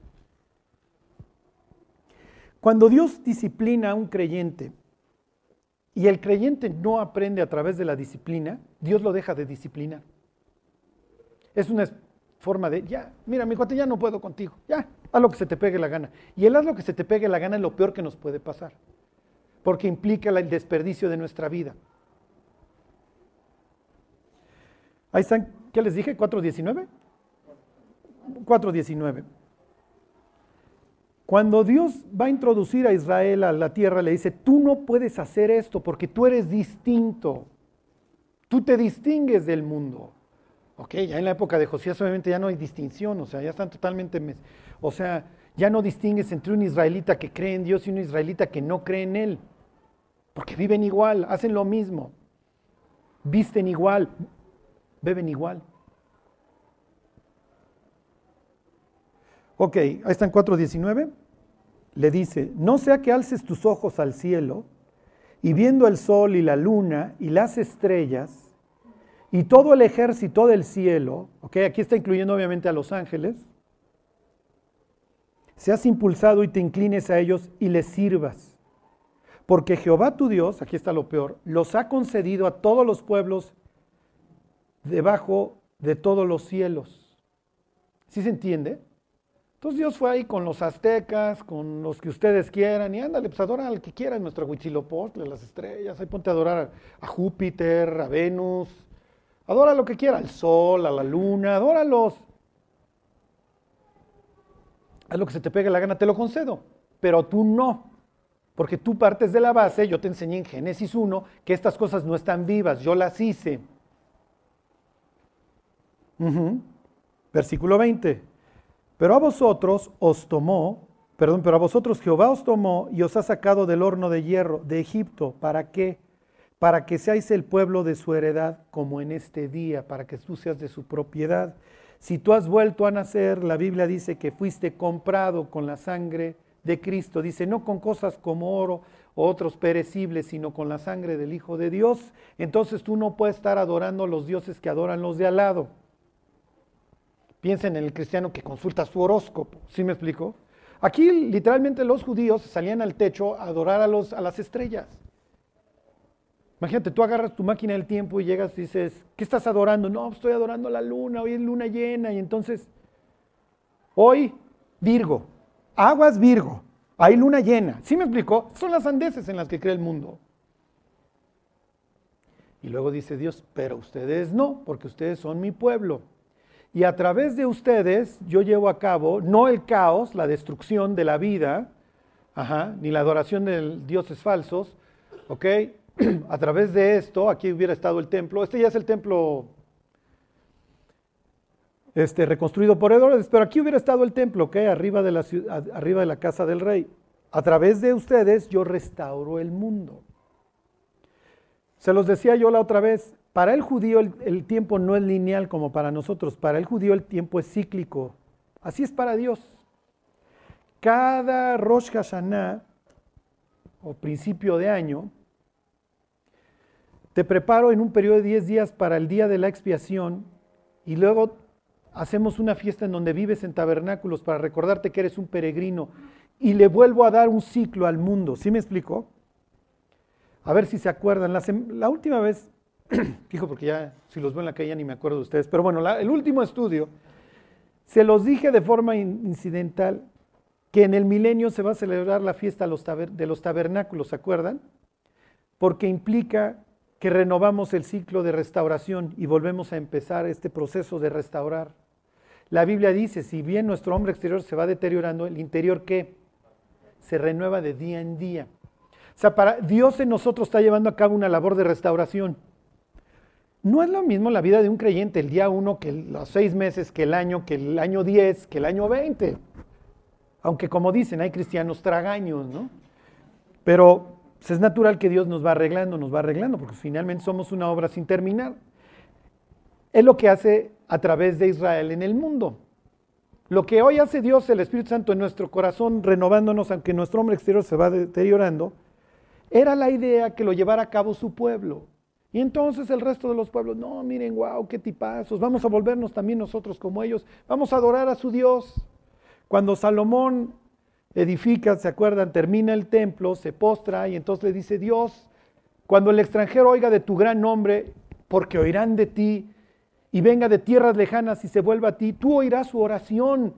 Cuando Dios disciplina a un creyente y el creyente no aprende a través de la disciplina, Dios lo deja de disciplinar. Es una, forma de, ya, mira, mi cuate, ya no puedo contigo, ya, haz lo que se te pegue la gana. Y el haz lo que se te pegue la gana es lo peor que nos puede pasar, porque implica el desperdicio de nuestra vida. Ahí están, ¿qué les dije? ¿cuatro diecinueve? cuatro diecinueve. Cuando Dios va a introducir a Israel a la tierra, le dice, tú no puedes hacer esto porque tú eres distinto. Tú te distingues del mundo. Ok, ya en la época de Josías obviamente ya no hay distinción, o sea, ya están totalmente, mes- o sea, ya no distingues entre un israelita que cree en Dios y un israelita que no cree en Él. Porque viven igual, hacen lo mismo, visten igual, beben igual. Ok, ahí están cuatro diecinueve. Le dice, no sea que alces tus ojos al cielo y viendo el sol y la luna y las estrellas y todo el ejército del cielo, ok, aquí está incluyendo obviamente a los ángeles, seas impulsado y te inclines a ellos y les sirvas. Porque Jehová tu Dios, aquí está lo peor, los ha concedido a todos los pueblos debajo de todos los cielos. ¿Sí se entiende? Entonces Dios fue ahí con los aztecas, con los que ustedes quieran, y ándale, pues adora al que quieran, nuestro Huitzilopochtli, las estrellas, ahí ponte a adorar a Júpiter, a Venus, adora lo que quiera, al sol, a la luna, adóralos. Haz lo que se te pegue la gana, te lo concedo, pero tú no, porque tú partes de la base, yo te enseñé en Génesis uno, que estas cosas no están vivas, yo las hice. Uh-huh. Versículo veinte. Pero a vosotros os tomó, perdón, pero a vosotros Jehová os tomó y os ha sacado del horno de hierro de Egipto. ¿Para qué? Para que seáis el pueblo de su heredad como en este día, para que tú seas de su propiedad. Si tú has vuelto a nacer, la Biblia dice que fuiste comprado con la sangre de Cristo. Dice, no con cosas como oro o otros perecibles, sino con la sangre del Hijo de Dios. Entonces tú no puedes estar adorando a los dioses que adoran los de al lado. Piensen en el cristiano que consulta su horóscopo, ¿sí me explico? Aquí literalmente los judíos salían al techo a adorar a, los, a las estrellas. Imagínate, tú agarras tu máquina del tiempo y llegas y dices, ¿qué estás adorando? No, estoy adorando a la luna, hoy es luna llena, y entonces, hoy, Virgo, aguas Virgo, hay luna llena, ¿sí me explico? Son las sandeces en las que cree el mundo. Y luego dice Dios, pero ustedes no, porque ustedes son mi pueblo. Y a través de ustedes yo llevo a cabo, no el caos, la destrucción de la vida, ajá, ni la adoración de dioses falsos, ¿ok? A través de esto, aquí hubiera estado el templo, este ya es el templo este, reconstruido por Herodes, pero aquí hubiera estado el templo, ¿ok? Arriba de la ciudad, arriba de la casa del rey. A través de ustedes yo restauro el mundo. Se los decía yo la otra vez, para el judío el, el tiempo no es lineal como para nosotros, para el judío el tiempo es cíclico, así es para Dios. Cada Rosh Hashanah, o principio de año, te preparo en un periodo de diez días para el día de la expiación y luego hacemos una fiesta en donde vives en tabernáculos para recordarte que eres un peregrino y le vuelvo a dar un ciclo al mundo, ¿sí me explico? A ver si se acuerdan, la, la última vez, fijo porque ya si los veo en la calle ya ni me acuerdo de ustedes, pero bueno, la, el último estudio, se los dije de forma incidental que en el milenio se va a celebrar la fiesta de los, taber, de los tabernáculos, ¿se acuerdan? Porque implica que renovamos el ciclo de restauración y volvemos a empezar este proceso de restaurar. La Biblia dice, si bien nuestro hombre exterior se va deteriorando, el interior ¿qué? Se renueva de día en día. O sea, para Dios en nosotros está llevando a cabo una labor de restauración. No es lo mismo la vida de un creyente el día uno que los seis meses, que el año, que el año diez, que el año veinte. Aunque como dicen, hay cristianos tragaños, ¿no? Pero pues, es natural que Dios nos va arreglando, nos va arreglando, porque finalmente somos una obra sin terminar. Es lo que hace a través de Israel en el mundo. Lo que hoy hace Dios, el Espíritu Santo en nuestro corazón, renovándonos, aunque nuestro hombre exterior se va deteriorando, era la idea que lo llevara a cabo su pueblo. Y entonces el resto de los pueblos, no, miren, wow, qué tipazos, vamos a volvernos también nosotros como ellos, vamos a adorar a su Dios. Cuando Salomón edifica, ¿se acuerdan? Termina el templo, se postra y entonces le dice, Dios, cuando el extranjero oiga de tu gran nombre, porque oirán de ti, y venga de tierras lejanas y se vuelva a ti, tú oirás su oración.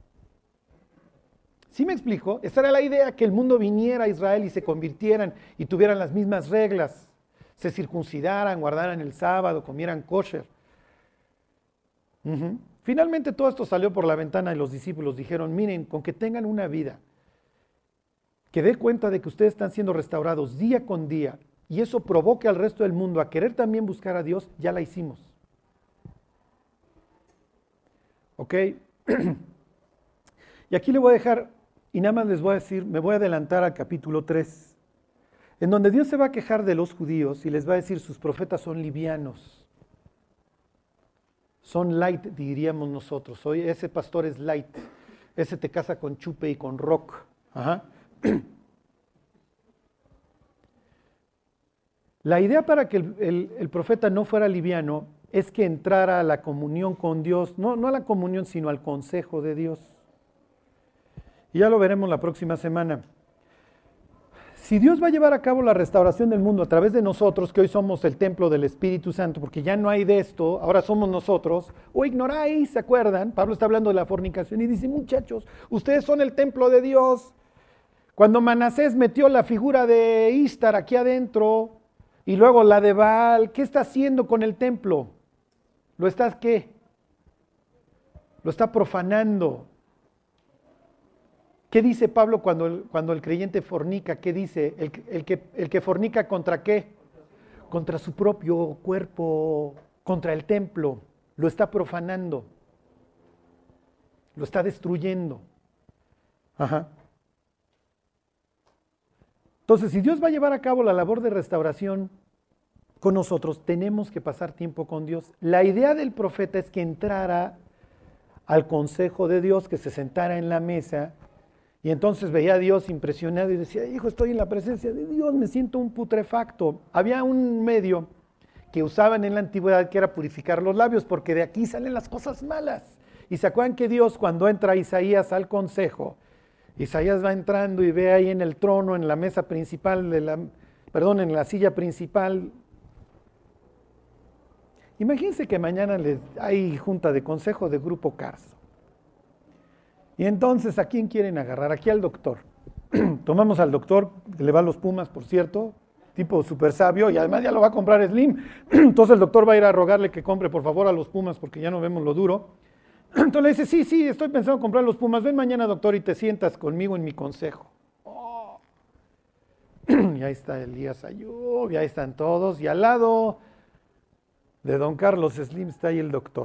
¿Sí me explico? Esa era la idea, que el mundo viniera a Israel y se convirtieran y tuvieran las mismas reglas, se circuncidaran, guardaran el sábado, comieran kosher. Uh-huh. Finalmente todo esto salió por la ventana y los discípulos dijeron, miren, con que tengan una vida que dé cuenta de que ustedes están siendo restaurados día con día y eso provoque al resto del mundo a querer también buscar a Dios, ya la hicimos. ¿Ok? Y aquí le voy a dejar, y nada más les voy a decir, me voy a adelantar al capítulo tres, en donde Dios se va a quejar de los judíos y les va a decir, sus profetas son livianos. Son light, diríamos nosotros. Hoy ese pastor es light. Ese te casa con chupe y con rock. Ajá. La idea para que el, el, el profeta no fuera liviano es que entrara a la comunión con Dios, no, no a la comunión, sino al consejo de Dios. Y ya lo veremos la próxima semana. Si Dios va a llevar a cabo la restauración del mundo a través de nosotros, que hoy somos el templo del Espíritu Santo, porque ya no hay de esto, ahora somos nosotros, o ignoráis, ¿se acuerdan? Pablo está hablando de la fornicación y dice, muchachos, ustedes son el templo de Dios. Cuando Manasés metió la figura de Istar aquí adentro, y luego la de Baal, ¿qué está haciendo con el templo? ¿Lo está qué? Lo está profanando. ¿Qué dice Pablo cuando el, cuando el creyente fornica? ¿Qué dice? El, el, que, ¿El que fornica contra qué? Contra su propio cuerpo, contra el templo. Lo está profanando. Lo está destruyendo. Ajá. Entonces, si Dios va a llevar a cabo la labor de restauración con nosotros, tenemos que pasar tiempo con Dios. La idea del profeta es que entrara al consejo de Dios, que se sentara en la mesa. Y entonces veía a Dios impresionado y decía, hijo, estoy en la presencia de Dios, me siento un putrefacto. Había un medio que usaban en la antigüedad que era purificar los labios, porque de aquí salen las cosas malas. Y se acuerdan que Dios, cuando entra Isaías al consejo, Isaías va entrando y ve ahí en el trono, en la mesa principal, de la, perdón, en la silla principal. Imagínense que mañana les, hay junta de consejo de Grupo Carso. Y entonces, ¿a quién quieren agarrar? Aquí al doctor. Tomamos al doctor, que le va a los Pumas, por cierto, tipo súper sabio, y además ya lo va a comprar Slim. Entonces el doctor va a ir a rogarle que compre, por favor, a los Pumas, porque ya no vemos lo duro. Entonces le dice, sí, sí, estoy pensando en comprar los Pumas. Ven mañana, doctor, y te sientas conmigo en mi consejo. Oh. Y ahí está Elías Ayub, y ahí están todos, y al lado de don Carlos Slim está ahí el doctor.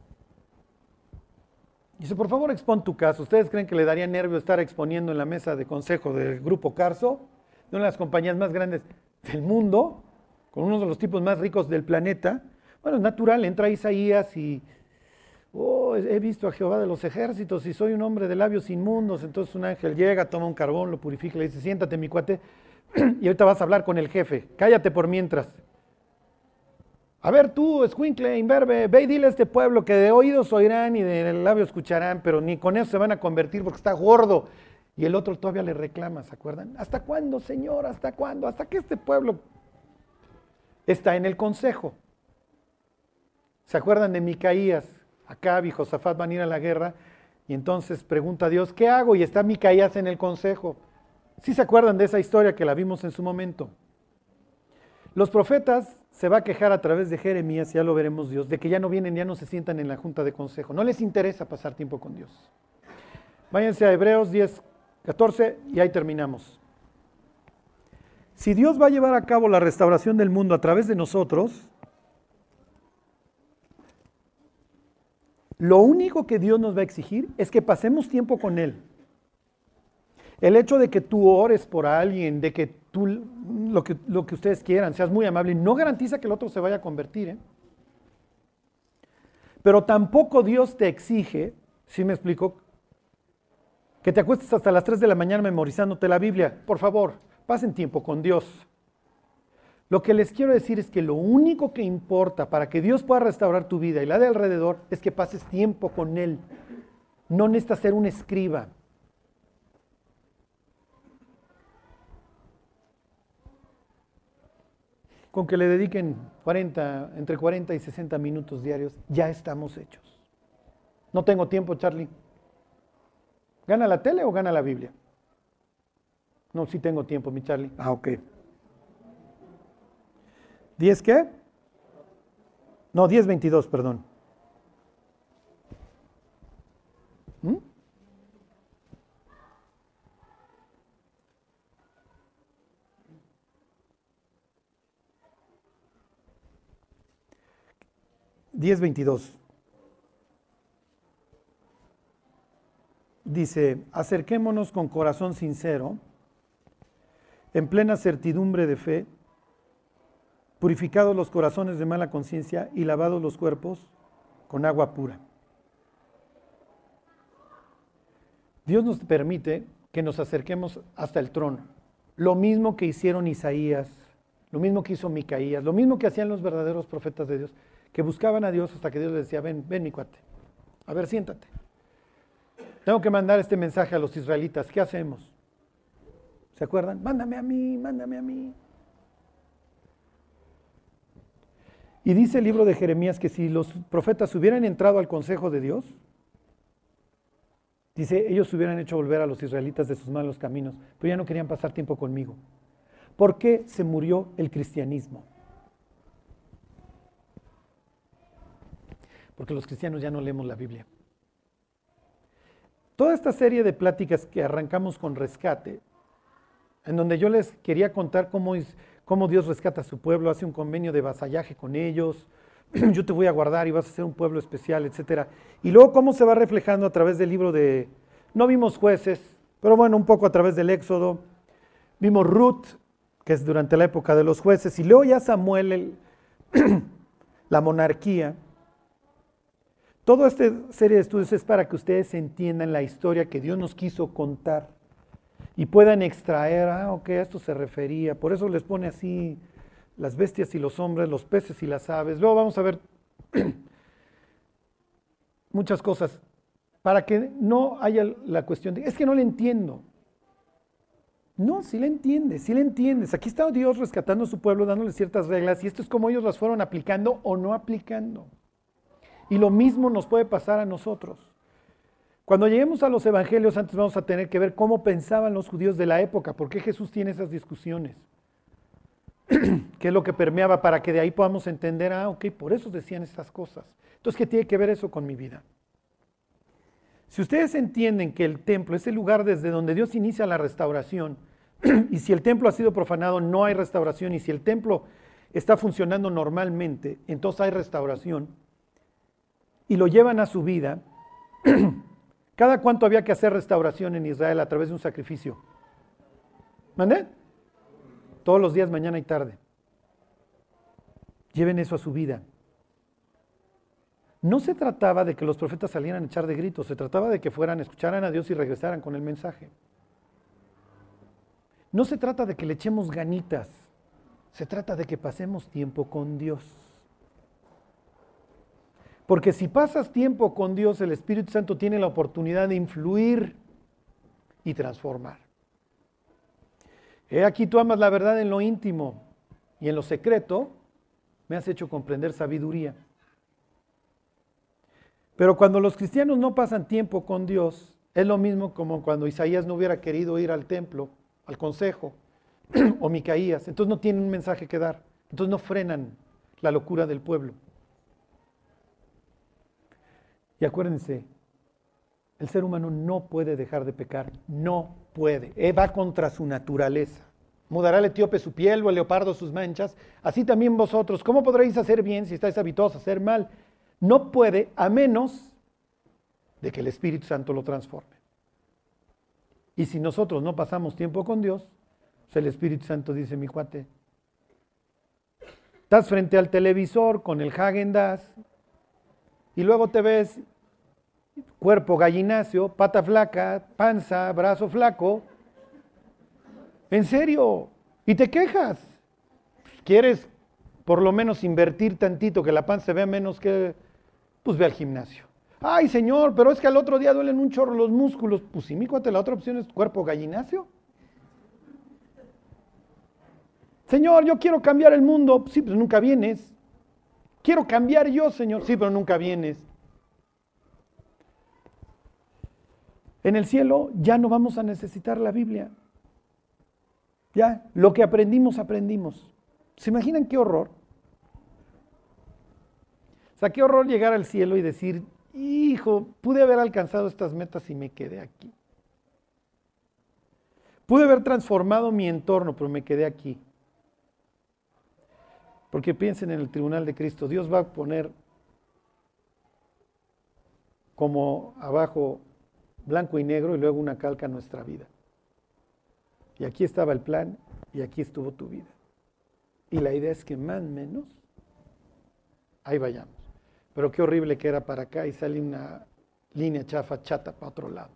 Dice, por favor, expon tu caso. ¿Ustedes creen que le daría nervio estar exponiendo en la mesa de consejo del Grupo Carso, de una de las compañías más grandes del mundo, con uno de los tipos más ricos del planeta? Bueno, es natural, entra Isaías y, oh, he visto a Jehová de los ejércitos y soy un hombre de labios inmundos. Entonces un ángel llega, toma un carbón, lo purifica y le dice, siéntate, mi cuate, y ahorita vas a hablar con el jefe, cállate por mientras. A ver tú, escuincle, imberbe, ve y dile a este pueblo que de oídos oirán y de labios escucharán, pero ni con eso se van a convertir porque está gordo. Y el otro todavía le reclama, ¿se acuerdan? ¿Hasta cuándo, Señor? ¿Hasta cuándo? ¿Hasta que este pueblo está en el consejo? ¿Se acuerdan de Micaías? Acab y Josafat van a ir a la guerra y entonces pregunta a Dios, ¿qué hago? Y está Micaías en el consejo. ¿Sí se acuerdan de esa historia que la vimos en su momento? Los profetas se va a quejar a través de Jeremías, ya lo veremos Dios, de que ya no vienen, ya no se sientan en la junta de consejo. No les interesa pasar tiempo con Dios. Váyanse a Hebreos diez, catorce y ahí terminamos. Si Dios va a llevar a cabo la restauración del mundo a través de nosotros, lo único que Dios nos va a exigir es que pasemos tiempo con Él. El hecho de que tú ores por alguien, de que tú, lo que, lo que ustedes quieran, seas muy amable, no garantiza que el otro se vaya a convertir, ¿eh? Pero tampoco Dios te exige, ¿sí me explico? Que te acuestes hasta las tres de la mañana memorizándote la Biblia. Por favor, pasen tiempo con Dios. Lo que les quiero decir es que lo único que importa para que Dios pueda restaurar tu vida y la de alrededor es que pases tiempo con Él. No necesitas ser un escriba. Con que le dediquen cuarenta, entre cuarenta y sesenta minutos diarios, ya estamos hechos. No tengo tiempo, Charlie. ¿Gana la tele o gana la Biblia? No, sí tengo tiempo, mi Charlie. Ah, ok. ¿diez qué? No, diez veintidós, perdón. ¿Mm? diez veintidós. Dice, acerquémonos con corazón sincero, en plena certidumbre de fe, purificados los corazones de mala conciencia y lavados los cuerpos con agua pura. Dios nos permite que nos acerquemos hasta el trono. Lo mismo que hicieron Isaías, lo mismo que hizo Micaías, lo mismo que hacían los verdaderos profetas de Dios, que buscaban a Dios hasta que Dios les decía, ven, ven mi cuate, a ver, siéntate. Tengo que mandar este mensaje a los israelitas, ¿qué hacemos? ¿Se acuerdan? Mándame a mí, mándame a mí. Y dice el libro de Jeremías que si los profetas hubieran entrado al consejo de Dios, dice, ellos hubieran hecho volver a los israelitas de sus malos caminos, pero ya no querían pasar tiempo conmigo. ¿Por qué se murió el cristianismo? Porque los cristianos ya no leemos la Biblia. Toda esta serie de pláticas que arrancamos con Rescate, en donde yo les quería contar cómo, es, cómo Dios rescata a su pueblo, hace un convenio de vasallaje con ellos, yo te voy a guardar y vas a ser un pueblo especial, etcétera. Y luego cómo se va reflejando a través del libro de, no vimos Jueces, pero bueno, un poco a través del Éxodo, vimos Ruth, que es durante la época de los jueces, y luego ya Samuel, el, la monarquía. Toda esta serie de estudios es para que ustedes entiendan la historia que Dios nos quiso contar y puedan extraer, ah, ok, a esto se refería, por eso les pone así las bestias y los hombres, los peces y las aves. Luego vamos a ver muchas cosas, para que no haya la cuestión de, es que no le entiendo. No, sí le entiendes, sí le entiendes. Aquí está Dios rescatando a su pueblo, dándole ciertas reglas, y esto es como ellos las fueron aplicando o no aplicando. Y lo mismo nos puede pasar a nosotros. Cuando lleguemos a los evangelios, antes vamos a tener que ver cómo pensaban los judíos de la época, por qué Jesús tiene esas discusiones, qué es lo que permeaba para que de ahí podamos entender, ah, ok, por eso decían estas cosas. Entonces, ¿qué tiene que ver eso con mi vida? Si ustedes entienden que el templo es el lugar desde donde Dios inicia la restauración, y si el templo ha sido profanado, no hay restauración, y si el templo está funcionando normalmente, entonces hay restauración, y lo llevan a su vida, ¿cada cuánto había que hacer restauración en Israel a través de un sacrificio? ¿Mandé? Todos los días, mañana y tarde. Lleven eso a su vida. No se trataba de que los profetas salieran a echar de gritos, se trataba de que fueran, escucharan a Dios y regresaran con el mensaje. No se trata de que le echemos ganitas, se trata de que pasemos tiempo con Dios. Porque si pasas tiempo con Dios, el Espíritu Santo tiene la oportunidad de influir y transformar. He aquí tú amas la verdad en lo íntimo y en lo secreto me has hecho comprender sabiduría. Pero cuando los cristianos no pasan tiempo con Dios, es lo mismo como cuando Isaías no hubiera querido ir al templo, al consejo, o Micaías. Entonces no tienen un mensaje que dar. Entonces no frenan la locura del pueblo. Y acuérdense, el ser humano no puede dejar de pecar, no puede, eh, va contra su naturaleza. Mudará el etíope su piel o el leopardo sus manchas, así también vosotros, ¿cómo podréis hacer bien si estáis habituados a hacer mal? No puede a menos de que el Espíritu Santo lo transforme. Y si nosotros no pasamos tiempo con Dios, pues el Espíritu Santo dice, mi cuate, estás frente al televisor con el Häagen-Dazs, y luego te ves cuerpo gallináceo, pata flaca, panza, brazo flaco. ¿En serio? Y te quejas. ¿Quieres por lo menos invertir tantito que la panza se vea menos que... Pues ve al gimnasio. Ay, señor, pero es que al otro día duelen un chorro los músculos. Pues sí, mi cuate, la otra opción es cuerpo gallináceo. Señor, yo quiero cambiar el mundo. Sí, pero nunca vienes. Quiero cambiar yo, Señor. Sí, pero nunca vienes. En el cielo ya no vamos a necesitar la Biblia. Ya, lo que aprendimos, aprendimos. ¿Se imaginan qué horror? O sea, qué horror llegar al cielo y decir, hijo, pude haber alcanzado estas metas y me quedé aquí. Pude haber transformado mi entorno, pero me quedé aquí. Porque piensen en el tribunal de Cristo, Dios va a poner como abajo blanco y negro y luego una calca a nuestra vida. Y aquí estaba el plan y aquí estuvo tu vida. Y la idea es que más o menos, ahí vayamos. Pero qué horrible que era para acá y sale una línea chafa, chata para otro lado.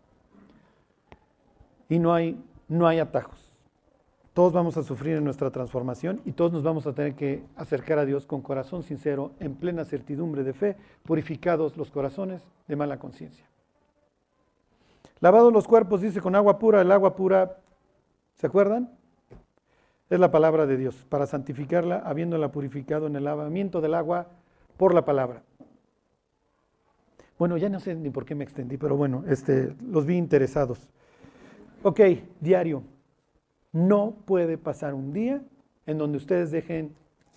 Y no hay, no hay atajos. Todos vamos a sufrir en nuestra transformación y todos nos vamos a tener que acercar a Dios con corazón sincero, en plena certidumbre de fe, purificados los corazones de mala conciencia. Lavados los cuerpos, dice, con agua pura. El agua pura, ¿se acuerdan? Es la palabra de Dios, para santificarla, habiéndola purificado en el lavamiento del agua por la palabra. Bueno, ya no sé ni por qué me extendí, pero bueno, este, los vi interesados. Ok, diario. No puede pasar un día en donde ustedes dejen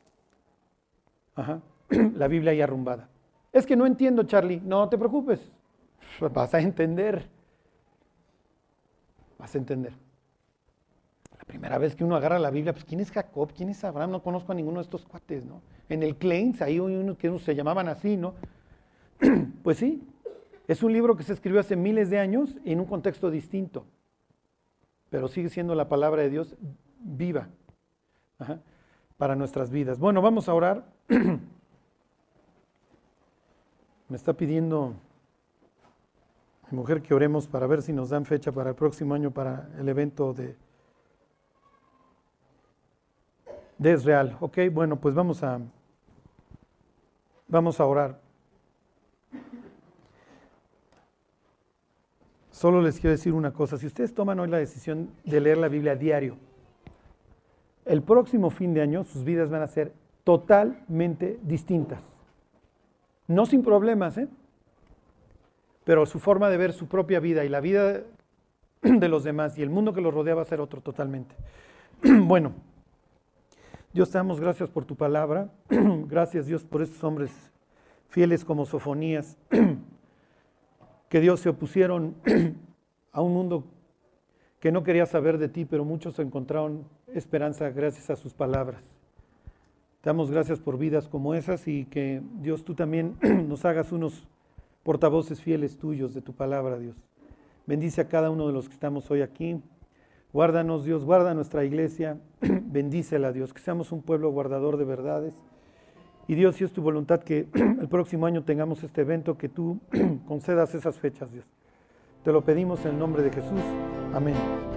ajá, la Biblia ahí arrumbada. Es que no entiendo, Charlie. No te preocupes, vas a entender. Vas a entender. La primera vez que uno agarra la Biblia, pues ¿quién es Jacob? ¿Quién es Abraham? No conozco a ninguno de estos cuates, ¿no? En el Kleins, ahí hay unos que se llamaban así, ¿no? Pues sí, es un libro que se escribió hace miles de años en un contexto distinto, pero sigue siendo la palabra de Dios viva ajá, para nuestras vidas. Bueno, vamos a orar. Me está pidiendo mi mujer que oremos para ver si nos dan fecha para el próximo año para el evento de, de Israel. Ok, bueno, pues vamos a, vamos a orar. Solo les quiero decir una cosa, si ustedes toman hoy la decisión de leer la Biblia a diario, el próximo fin de año sus vidas van a ser totalmente distintas. No sin problemas, ¿eh? Pero su forma de ver su propia vida y la vida de los demás y el mundo que los rodea va a ser otro totalmente. Bueno, Dios te damos gracias por tu palabra, gracias Dios por estos hombres fieles como Sofonías, que Dios se opusieron a un mundo que no quería saber de ti, pero muchos encontraron esperanza gracias a sus palabras. Te damos gracias por vidas como esas y que Dios tú también nos hagas unos portavoces fieles tuyos de tu palabra, Dios. Bendice a cada uno de los que estamos hoy aquí. Guárdanos, Dios, guarda nuestra iglesia, bendícela, Dios, que seamos un pueblo guardador de verdades. Y Dios, si es tu voluntad que el próximo año tengamos este evento, que tú concedas esas fechas, Dios. Te lo pedimos en el nombre de Jesús. Amén.